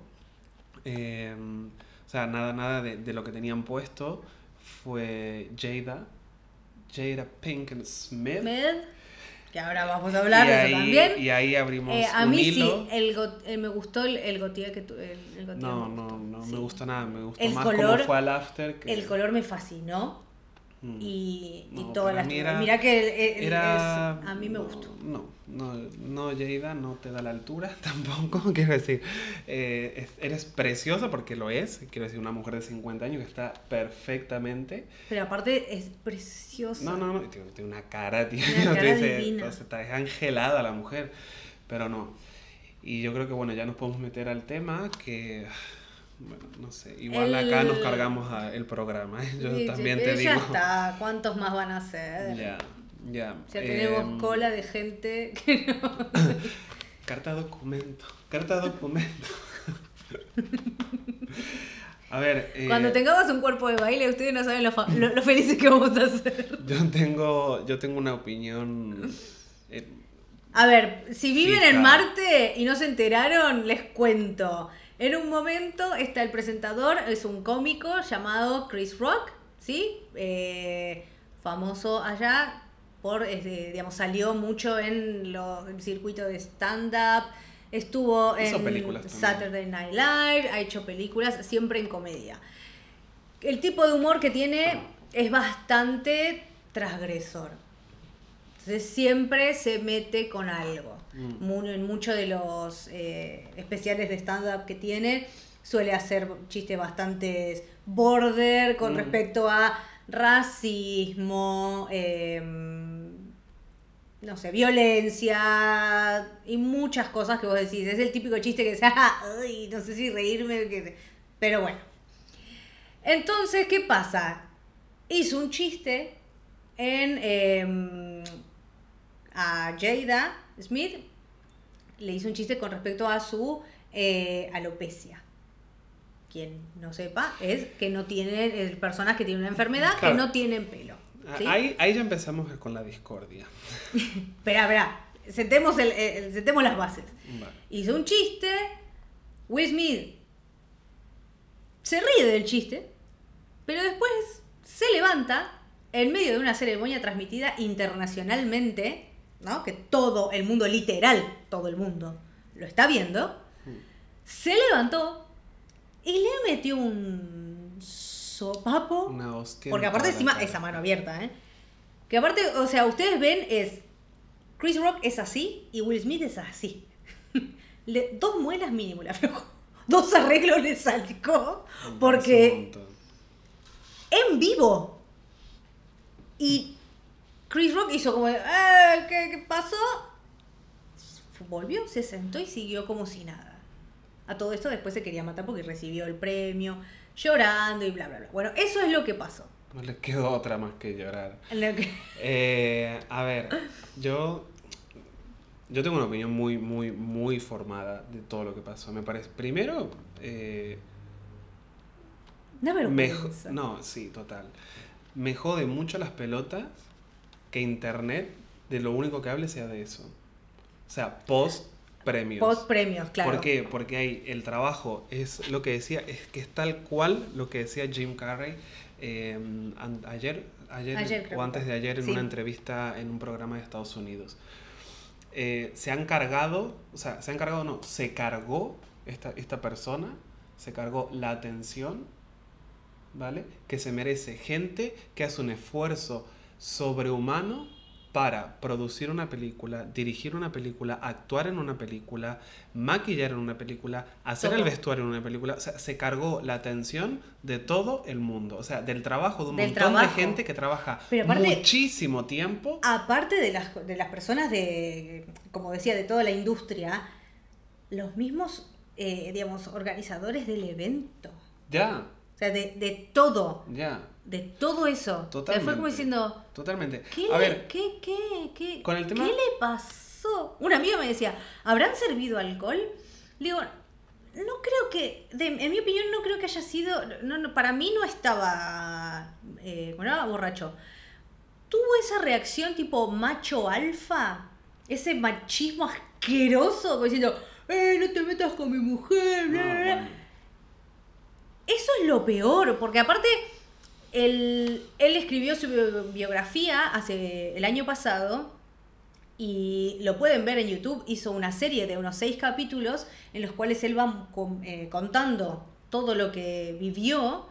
o sea, nada de lo que tenían puesto, fue Jada Pinkett Smith. Med, que ahora vamos a hablar de eso también. Y ahí abrimos A un mí hilo. sí, me gustó el gautier que el gautier No, me gustó. no Sí. me gustó nada. Me gustó El más color, cómo fue al after. El color me fascinó. Mm. Y No, toda la para mí estructura. era. Mirá que Era. a mí me gustó. No, Jada, no te da la altura tampoco. Quiero decir, eres preciosa porque lo es. Quiero decir, una mujer de 50 años que está perfectamente. Pero aparte es preciosa. No, tiene una cara, tío. Una cara divina. Entonces, está angelada la mujer. Pero no. Y yo creo que, bueno, ya nos podemos meter al tema que. Bueno, no sé. Igual acá nos cargamos el programa. Yo Sí, también sí, te digo. ya está. ¿Cuántos más van a ser? Ya. Ya tenemos cola de gente que no. Carta documento. A ver. Cuando tengamos un cuerpo de baile, ustedes no saben lo felices que vamos a ser. Yo tengo una opinión. A ver, si viven fija. en Marte y no se enteraron, les cuento. En un momento está el presentador, es un cómico llamado Chris Rock, ¿sí? Famoso allá por, digamos, salió mucho en el circuito de stand-up, estuvo Hizo en películas también. Saturday Night Live, ha hecho películas, siempre en comedia. El tipo de humor que tiene es bastante transgresor. Entonces siempre se mete con algo. En muchos de los especiales de stand-up que tiene, suele hacer chistes bastante border con respecto a racismo, no sé, violencia y muchas cosas que vos decís. Es el típico chiste que dice, ay, no sé si reírme, pero bueno. Entonces, ¿qué pasa? Hizo un chiste a Jada Smith, le hizo un chiste con respecto a su alopecia. Quien no sepa, es que no tienen, personas que tienen una enfermedad, Claro. que no tienen pelo. ¿sí? Ahí ya empezamos con la discordia. Espera, sentemos las bases. Vale. Hizo un chiste, Will Smith se ríe del chiste, pero después se levanta en medio de una ceremonia transmitida internacionalmente, ¿no? Que todo el mundo, literal, todo el mundo lo está viendo. Se levantó y le metió un sopapo. Una hostia. Porque aparte encima esa mano abierta, ¿eh? Que aparte, o sea, ustedes ven Chris Rock es así y Will Smith es así. 2 muelas mínimo le aflojó. 2 arreglos le sacó porque en vivo. Y Chris Rock hizo como ¿qué pasó? Volvió, se sentó y siguió como si nada. A todo esto después se quería matar porque recibió el premio, llorando y bla, bla, bla. Bueno, eso es lo que pasó. No le quedó otra más que llorar. A ver, yo tengo una opinión muy formada de todo lo que pasó. Me parece, primero, Una vergüenza. no, sí, total. Me jode mucho las pelotas que internet de lo único que hable sea de eso. sea, post-premios. Post-premios, claro. ¿Por qué? Porque hay el trabajo, es lo que decía, es que es tal cual lo que decía Jim Carrey ayer Ayer o antes de ayer en sí. una entrevista en un programa de Estados Unidos. Se han cargado, o sea, se han cargado, no, se cargó esta persona, se cargó la atención, ¿vale? Que se merece gente que hace un esfuerzo sobrehumano para producir una película, dirigir una película, actuar en una película, maquillar en una película, hacer el vestuario en una película. O sea, se cargó la atención de todo el mundo. O sea, del trabajo de un montón de gente que trabaja muchísimo tiempo. Aparte de las personas como decía, de toda la industria, los mismos, digamos, organizadores del evento. Ya. O sea, de todo. Ya. De todo eso. Totalmente. Fue como diciendo... Totalmente. ¿Qué con el tema... ¿Qué le pasó? Una amiga me decía, ¿habrán servido alcohol? Le digo, no creo que... en mi opinión, no creo que haya sido... No, para mí no estaba... borracho. Tuvo esa reacción tipo macho alfa. Ese machismo asqueroso. Como diciendo, no te metas con mi mujer. No, bueno. Eso es lo peor. Porque aparte... Él escribió su biografía el año pasado y lo pueden ver en YouTube. Hizo una serie de unos 6 capítulos en los cuales él va contando todo lo que vivió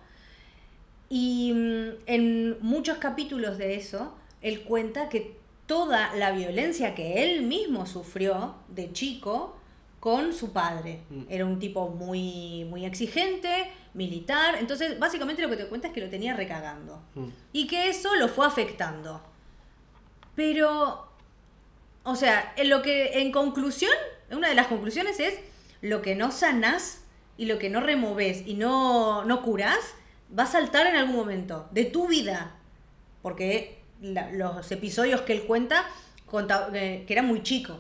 y en muchos capítulos de eso él cuenta que toda la violencia que él mismo sufrió de chico con su padre. Era un tipo muy, muy exigente, militar. Entonces, básicamente lo que te cuenta es que lo tenía recagando. Y que eso lo fue afectando. Pero, o sea, en conclusión, una de las conclusiones es lo que no sanás y lo que no removés y no curás, va a saltar en algún momento de tu vida. Porque los episodios que él cuenta que era muy chico.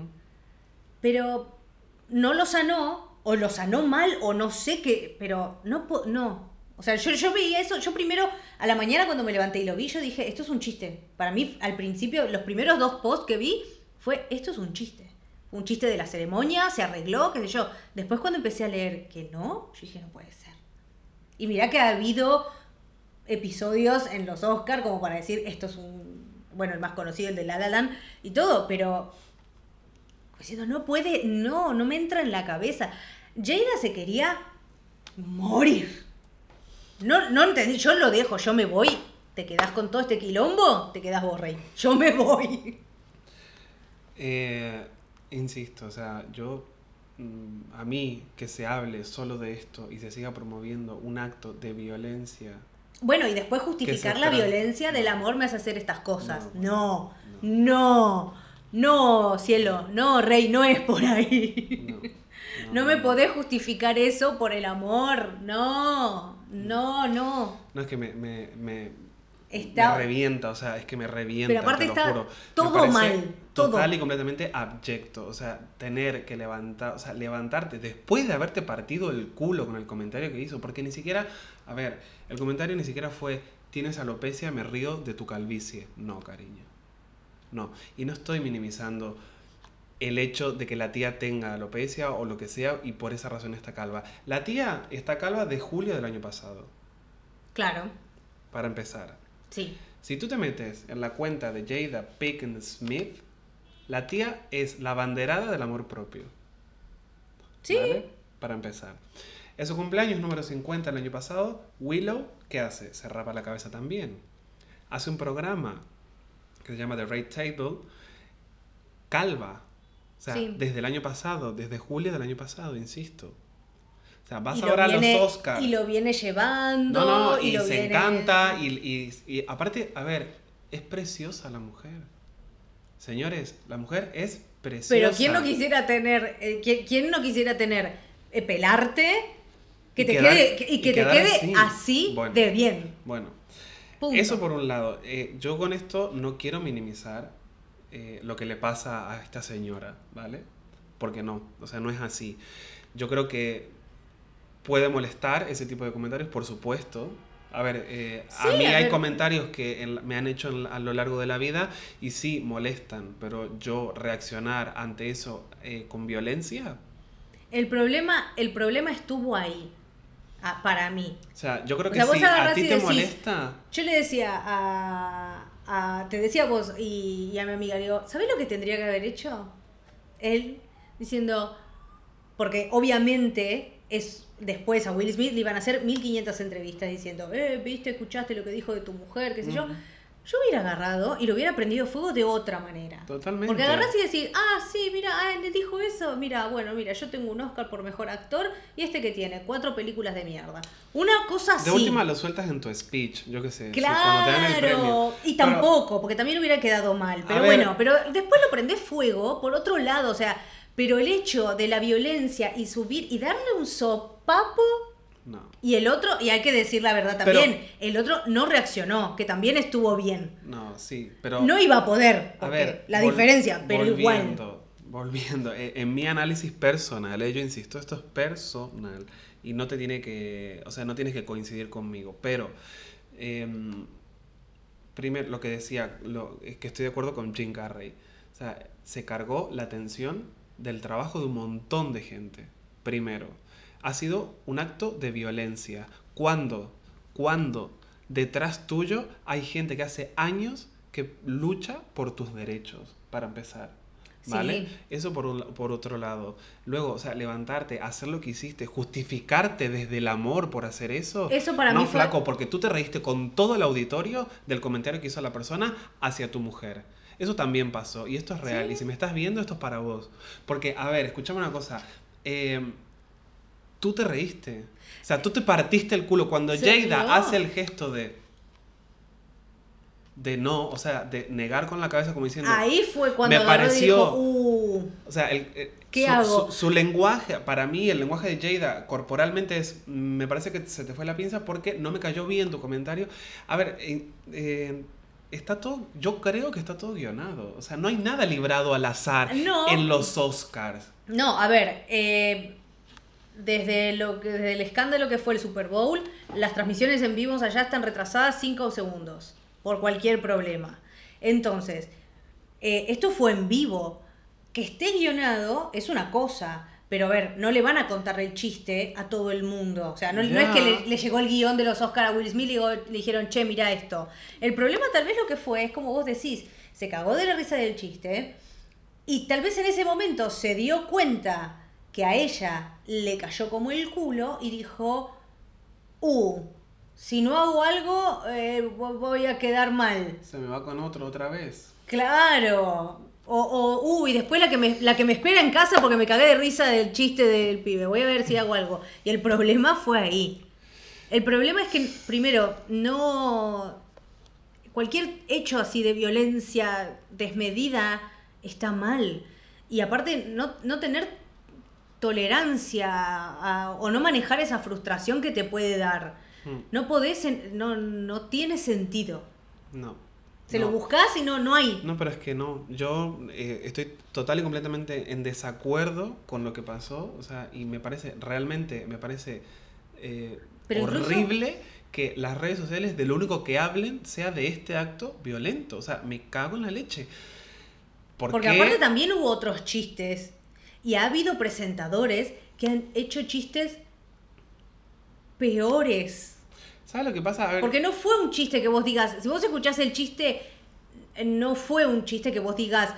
Pero... no lo sanó, o lo sanó mal, o no sé qué, pero no. O sea, yo veía eso, yo primero, a la mañana cuando me levanté y lo vi, yo dije, esto es un chiste. Para mí, al principio, los primeros 2 posts que vi, esto es un chiste. Un chiste de la ceremonia, se arregló, qué sé yo. Después cuando empecé a leer que no, yo dije, no puede ser. Y mirá que ha habido episodios en los Oscar como para decir, esto es el más conocido, el de La La Land y todo, pero... diciendo, no puede, no me entra en la cabeza. Jada se quería morir. No entendí, yo lo dejo, yo me voy. ¿Te quedás con todo este quilombo? Te quedás vos, rey. Yo me voy. Insisto, o sea, a mí que se hable solo de esto y se siga promoviendo un acto de violencia. Bueno, y después justificar la violencia del amor me hace hacer estas cosas. No, cielo, no, rey, no es por ahí. No me podés justificar eso por el amor. No. No, es que me revienta, o sea, es que me revienta. Pero aparte te lo está juro. todo mal. Total y completamente abyecto. O sea, tener que levantarte después de haberte partido el culo con el comentario que hizo. Porque ni siquiera, a ver, el comentario ni siquiera fue, tienes alopecia, me río de tu calvicie. No, cariño. No, y no estoy minimizando el hecho de que la tía tenga alopecia o lo que sea y por esa razón está calva. La tía está calva de julio del año pasado. Claro. Para empezar. Sí. Si tú te metes en la cuenta de Jada Pinkett Smith, la tía es la abanderada del amor propio. Sí. ¿Vale? Para empezar. En su cumpleaños número 50 el año pasado, Willow, ¿qué hace? Se rapa la cabeza también. Hace un programa que se llama The Red Table, calva. O sea, desde el año pasado, desde julio del año pasado, insisto. O sea, vas ahora a los Oscars. Y lo viene llevando. No, y se encanta. Y aparte, a ver, es preciosa la mujer. Señores, la mujer es preciosa. Pero ¿quién no quisiera tener pelarte? Que te quede así de bien. Bueno, eso por un lado. Yo con esto no quiero minimizar lo que le pasa a esta señora, ¿vale? Porque no, o sea, no es así. Yo creo que puede molestar ese tipo de comentarios, por supuesto. A ver, Sí, a mí a hay ver. comentarios que me han hecho a lo largo de la vida y sí molestan, pero yo reaccionar ante eso con violencia, El problema estuvo ahí, para mí. o sea, yo creo O que sea, vos si a agarrás ti y te decís, molesta, yo le decía te decía a vos y a mi amiga, digo, ¿sabés lo que tendría que haber hecho? Él diciendo, porque obviamente después a Will Smith le iban a hacer 1500 entrevistas diciendo, viste, escuchaste lo que dijo de tu mujer, qué sé yo. ujú, Yo hubiera agarrado y lo hubiera prendido fuego de otra manera. totalmente. Porque agarrás y decís, sí, mira, le dijo eso. Mira, bueno, mira, yo tengo un Oscar por mejor actor y este que tiene 4 películas de mierda. Una cosa De así. última lo sueltas en tu speech, yo qué sé, cuando te dan el premio. Claro, y Pero, tampoco, porque también hubiera quedado mal. a Pero ver, bueno, pero después lo prendés fuego por otro lado, o sea, pero el hecho de la violencia y subir y darle un sopapo no. y el otro, y hay que decir la verdad Pero- también, el otro no reaccionó, que también estuvo bien. No, sí, pero... No iba a poder, A porque ver, la diferencia, pero igual. Volviendo, en mi análisis personal, yo insisto, esto es personal y no te tiene que, o sea, no tienes que coincidir conmigo, pero primero lo que decía, es que estoy de acuerdo con Jim Carrey, o sea, se cargó la atención del trabajo de un montón de gente, primero, ha sido un acto de violencia, cuando detrás tuyo hay gente que hace años que lucha por tus derechos, para empezar. ¿Vale? Sí. Eso por otro lado. Luego, o sea, levantarte, hacer lo que hiciste, justificarte desde el amor por hacer eso. Eso para no, mí fue... flaco, porque tú te reíste con todo el auditorio del comentario que hizo la persona hacia tu mujer. Eso también pasó y esto es real. Sí. Y si me estás viendo, esto es para vos. Porque, a ver, escúchame una cosa. Tú te reíste. O sea, tú te partiste el culo cuando Se Jada rió. hace el gesto de no, o sea, de negar con la cabeza como diciendo... Ahí fue cuando me agarró y pareció... dijo, O sea, ¿qué hago? Su lenguaje, para mí, el lenguaje de Jada corporalmente me parece que se te fue la pinza porque no me cayó bien tu comentario. A ver, está todo, yo creo que está todo guionado. O sea, no hay nada librado al azar No. en los Oscars. No, a ver, desde el escándalo que fue el Super Bowl, las transmisiones en vivo allá están retrasadas 5 segundos por cualquier problema. Entonces, esto fue en vivo. Que esté guionado es una cosa, pero a ver, no le van a contar el chiste a todo el mundo. O sea, no es que le llegó el guión de los Oscar a Will Smith y le dijeron, che, mira esto. El problema tal vez lo que fue, es como vos decís, se cagó de la risa del chiste y tal vez en ese momento se dio cuenta que a ella le cayó como el culo y dijo, si no hago algo, voy a quedar mal. Se me va con otro otra vez. Claro. Y después la que me espera en casa porque me cagué de risa del chiste del pibe. Voy a ver si hago algo. Y el problema fue ahí. El problema es que, primero, cualquier hecho así de violencia desmedida está mal. Y aparte, no tener tolerancia o no manejar esa frustración que te puede dar. No podés, no tiene sentido. No. Se lo buscás y no hay. No, pero es que no. Yo estoy total y completamente en desacuerdo con lo que pasó. O sea, y me parece Pero horrible que las redes sociales de lo único que hablen sea de este acto violento. O sea, me cago en la leche. Porque aparte también hubo otros chistes. Y ha habido presentadores que han hecho chistes peores. ¿Sabes lo que pasa? A ver, Porque no fue un chiste que vos digas, si vos escuchás el chiste, no fue un chiste que vos digas,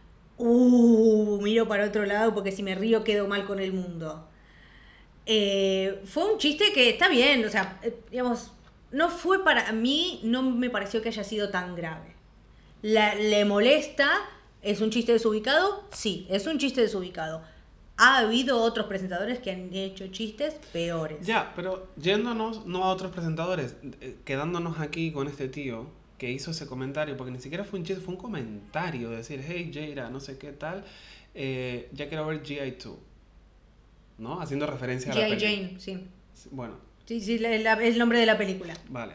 miro para otro lado porque si me río quedo mal con el mundo. Fue un chiste que está bien, o sea, digamos, no fue para mí, no me pareció que haya sido tan grave. ¿Le molesta? ¿Es un chiste desubicado? Sí, es un chiste desubicado. Ha habido otros presentadores que han hecho chistes peores. Ya, pero yéndonos no a otros presentadores, quedándonos aquí con este tío que hizo ese comentario, porque ni siquiera fue un chiste, fue un comentario, de decir, hey Jada, no sé qué tal, ya quiero ver G.I. 2, ¿no? Haciendo referencia a la G.I. película. Jane, sí. Bueno. Sí, el nombre de la película. Vale.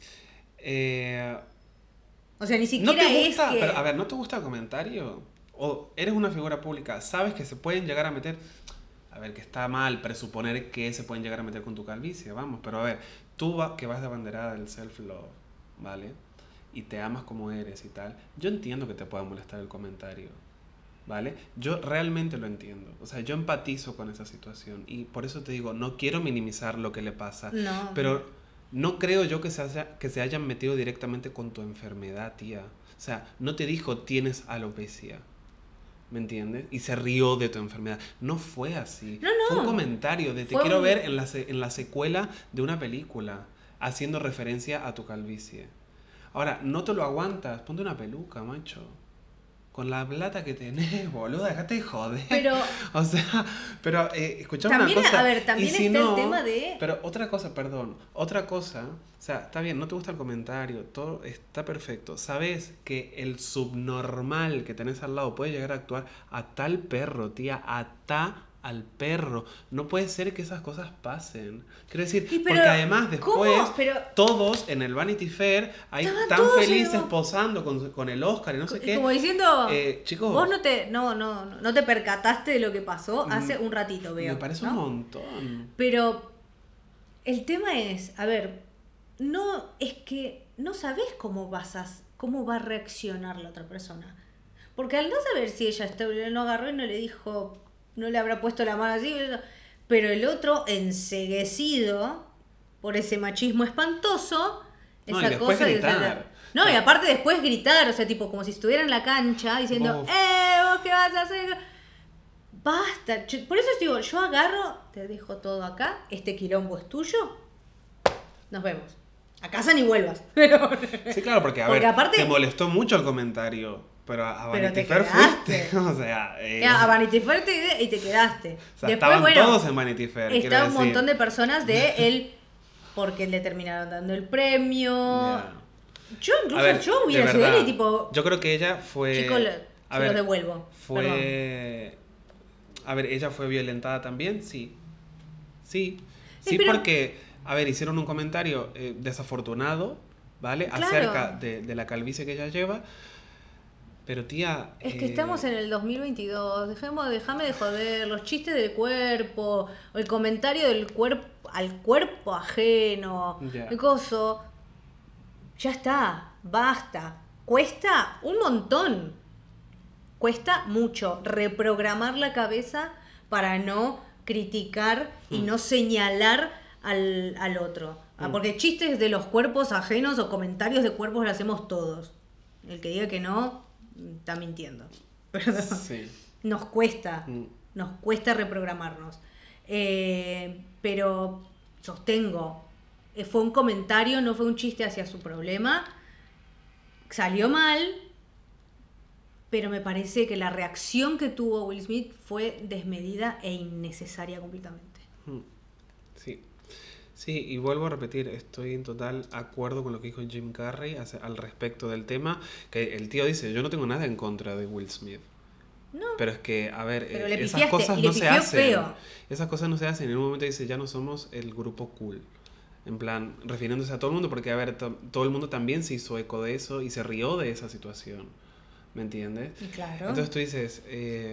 O sea, ni ¿No siquiera te es gusta, que... pero, a ver, ¿no te gusta el comentario? O eres una figura pública, sabes que se pueden llegar a meter... a ver, que está mal presuponer que se pueden llegar a meter con tu calvicie, vamos, pero a ver, tú que vas de abanderada del self-love, ¿vale? Y te amas como eres y tal, yo entiendo que te pueda molestar el comentario, ¿vale? Yo realmente lo entiendo, o sea, yo empatizo con esa situación y por eso te digo, no quiero minimizar lo que le pasa, No. pero no creo yo que se hayan metido directamente con tu enfermedad, tía. O sea, no te dijo tienes alopecia, ¿me entiendes? Y se rió de tu enfermedad. No fue así. No, Fue un no. comentario de te Fue quiero un- ver en la secuela de una película, haciendo referencia a tu calvicie. Ahora, no te lo aguantas, ponte una peluca, macho. Con la plata que tenés, boludo, déjate de joder. Pero O sea, pero escuchame una también, cosa. a ver, también y si está no, el tema de... Pero otra cosa, perdón. Otra cosa, o sea, está bien, no te gusta el comentario, todo está perfecto. Sabes que el subnormal que tenés al lado puede llegar a actuar a tal perro, tía, al perro. No puede ser que esas cosas pasen. Quiero decir, Y pero, porque además después ¿cómo? Pero todos en el Vanity Fair ahí estaban tan todos felices en- posando con el Oscar y no sé qué. como diciendo, Chicos, vos no te percataste de lo que pasó hace un ratito, veo. me parece ¿no? un montón. Pero el tema es, a ver, no es que no sabés cómo va a reaccionar la otra persona. Porque al no saber si ella no agarró y no le dijo, no le habrá puesto la mano así, pero el otro enceguecido por ese machismo espantoso, No, esa y después cosa gritar. no, y aparte después gritar, o sea, tipo como si estuviera en la cancha diciendo, Uf. ¿vos qué vas a hacer? Basta. Por eso digo, yo agarro, te dejo todo acá, este quilombo es tuyo, nos vemos. A casa ni vuelvas. Pero Sí, claro, porque Porque ver, aparte- te molestó mucho el comentario, pero a Pero Vanity te Fair quedaste. fuiste. O sea, a Vanity Fair y te quedaste. o sea, Después, estaban bueno, todos en Vanity Fair. quiero está un decir. montón de personas de él porque le terminaron dando el premio. Ya. Yo A incluso ver, yo de hubiera sido él verdad, y tipo, yo creo que ella fue. chico, a se ver, los devuelvo. Perdón. fue. A ver, ella fue violentada también, sí. Sí. Sí, pero- porque, a ver, hicieron un comentario desafortunado, ¿vale? Claro. Acerca de la calvicie que ella lleva. Pero tía. Es que estamos en el 2022, déjame de joder, los chistes del cuerpo, el comentario del cuerpo al cuerpo ajeno, Ya. el coso, ya está, basta. Cuesta un montón, cuesta mucho reprogramar la cabeza para no criticar y no señalar al otro. Porque chistes de los cuerpos ajenos o comentarios de cuerpos lo hacemos todos. El que diga que no, está mintiendo. Pero Sí. nos cuesta Mm. reprogramarnos. Pero sostengo, fue un comentario, no fue un chiste hacia su problema. Salió mal, pero me parece que la reacción que tuvo Will Smith fue desmedida e innecesaria completamente. Sí. Sí, y vuelvo a repetir, estoy en total acuerdo con lo que dijo Jim Carrey al respecto del tema, que el tío dice, yo no tengo nada en contra de Will Smith. No. Pero es que, a ver, Pero le esas pifiaste, cosas y le no se pifió hacen. feo. Esas cosas no se hacen. En un momento dice, ya no somos el grupo cool. En plan, refiriéndose a todo el mundo, porque, a ver, todo el mundo también se hizo eco de eso y se rió de esa situación. ¿Me entiendes? Claro. Entonces tú dices,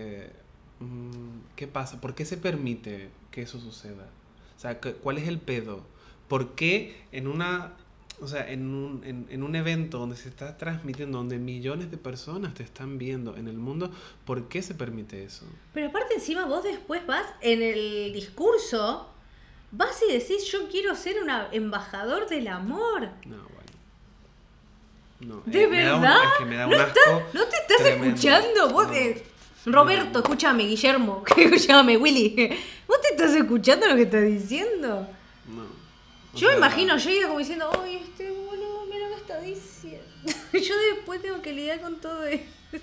¿qué pasa? ¿Por qué se permite que eso suceda? O sea, ¿cuál es el pedo? ¿Por qué en un evento donde se está transmitiendo, donde millones de personas te están viendo en el mundo, ¿por qué se permite eso? Pero aparte encima vos después vas en el discurso, vas y decís, yo quiero ser un embajador del amor. No, bueno. No, ¿De verdad? Es que me da un ¿No asco. ¿No te estás tremendo. escuchando? Vos No. Roberto, escúchame, Guillermo, escúchame, Willy. ¿Vos te estás escuchando lo que estás diciendo? No. O Yo me sea, imagino, yo iba como diciendo, ¡ay, este boludo, mira lo que está diciendo! Yo después tengo que lidiar con todo esto.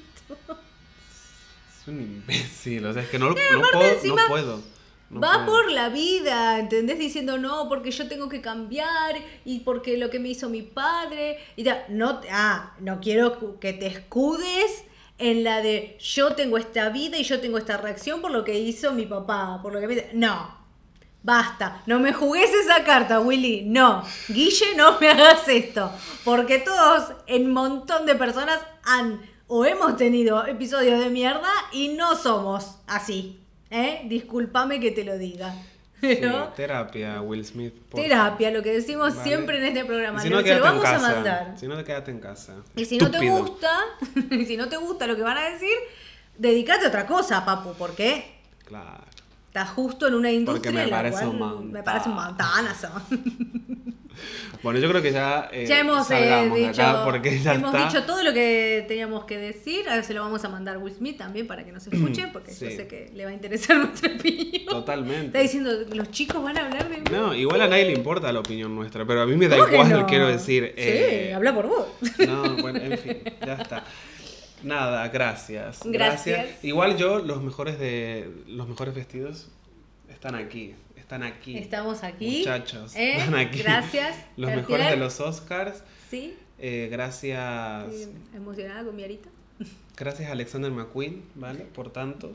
Es un imbécil, o sea, es que no encima puedo. No Va puedo. por la vida, ¿entendés? Diciendo, no, porque yo tengo que cambiar y porque lo que me hizo mi padre. Y tal. No quiero que te escudes en la de yo tengo esta vida y yo tengo esta reacción por lo que hizo mi papá, por lo que me... No, basta, no me jugues esa carta, Willy, no. Guille, no me hagas esto, porque todos, en montón de personas han o hemos tenido episodios de mierda y no somos así. Discúlpame que te lo diga. Sí, Pero terapia, Will Smith. porfa. terapia, lo que decimos Vale. siempre en este programa. Y si no, Se lo quédate en vamos a casa. mandar. Si no, quédate en casa. Y si no te Estúpido. gusta, y si no te gusta lo que van a decir, dedicate a otra cosa, papu, porque Claro. estás justo en una industria me en la parece cual un montón. me parece un montanazo. Bueno, yo creo que ya, Ya hemos salgamos de dicho, acá porque ya hemos está. dicho todo lo que teníamos que decir. Ahora se lo vamos a mandar a Will Smith también para que nos escuche, porque yo Sí. sé que le va a interesar nuestra opinión. Está Totalmente. diciendo, los chicos van a hablar de mí. No, igual a nadie le importa la opinión nuestra, pero a mí me da ¿Cómo que igual, no? quiero decir. Sí, habla por vos. No, bueno, en fin, ya está. Nada, gracias. Gracias. Igual yo, los mejores vestidos están aquí. Estamos aquí. Muchachos, ¿Eh? están aquí. Gracias. Los Cartier. mejores de los Oscars. Sí. Gracias. Emocionada con mi arita. Gracias a Alexander McQueen, ¿vale? Por tanto.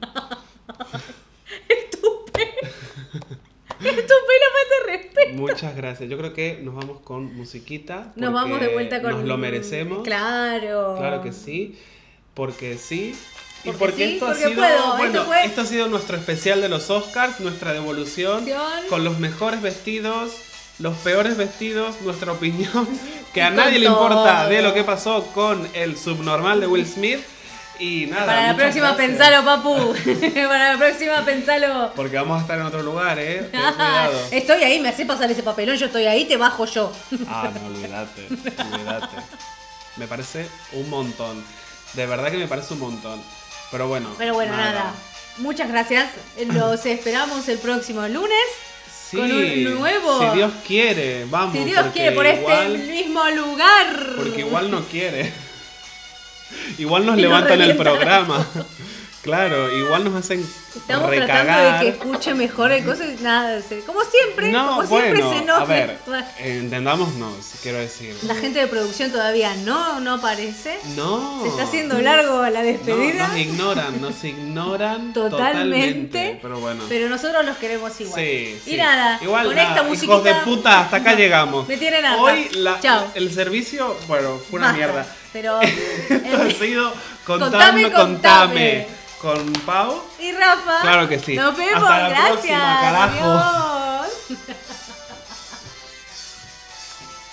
Estupendo, falta de respeto. Muchas gracias. Yo creo que nos vamos con musiquita. Nos vamos de porque vuelta con. Nos lo merecemos. Claro. Claro que sí. Porque sí. Y Porque porque sí, esto porque ha sido. puedo. Bueno, Esto fue- esto ha sido nuestro especial de los Oscars, nuestra devolución. Devolución. Con los mejores vestidos, los peores vestidos, nuestra opinión. Que Y a con nadie le importa todo. de lo que pasó con el subnormal de Will Smith. Y nada. Para la muchas próxima gracias. pensalo, papu. Para la próxima pensalo. Porque vamos a estar en otro lugar, ten cuidado. Estoy ahí, me hace pasar ese papelón, yo estoy ahí, te bajo yo. Ah, no, olvídate. Me parece un montón. De verdad que me parece un montón. Pero bueno. Pero bueno, nada. Muchas gracias. Los esperamos el próximo lunes. Sí, con un nuevo. Si Dios quiere, vamos. Si Dios porque quiere, por igual- este mismo lugar. Porque igual no quiere. Igual nos Y nos levantan el revientan. programa. Claro, igual nos hacen Estamos recagar. tratando de que escuche mejor el cosa y nada, como siempre, No, como siempre bueno, se enoja. a ver, entendámonos, quiero decir. La gente de producción todavía no aparece. No. Se está haciendo largo la despedida. No, nos ignoran Totalmente. Pero bueno. Pero nosotros los queremos igual. Sí, Y sí. nada, Igual con nada, esta musiquita. hijos de puta, hasta acá llegamos. Me tienen harta. Hoy Chao. el servicio, bueno, fue una Basta, mierda. Pero Esto ha sido Contame, contame. Con Pau. y Rafa. Claro que sí. Nos vemos, Hasta la gracias. próxima, carajo. Adiós.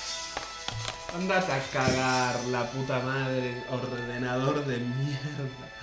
Andate a cagar la puta madre, ordenador de mierda.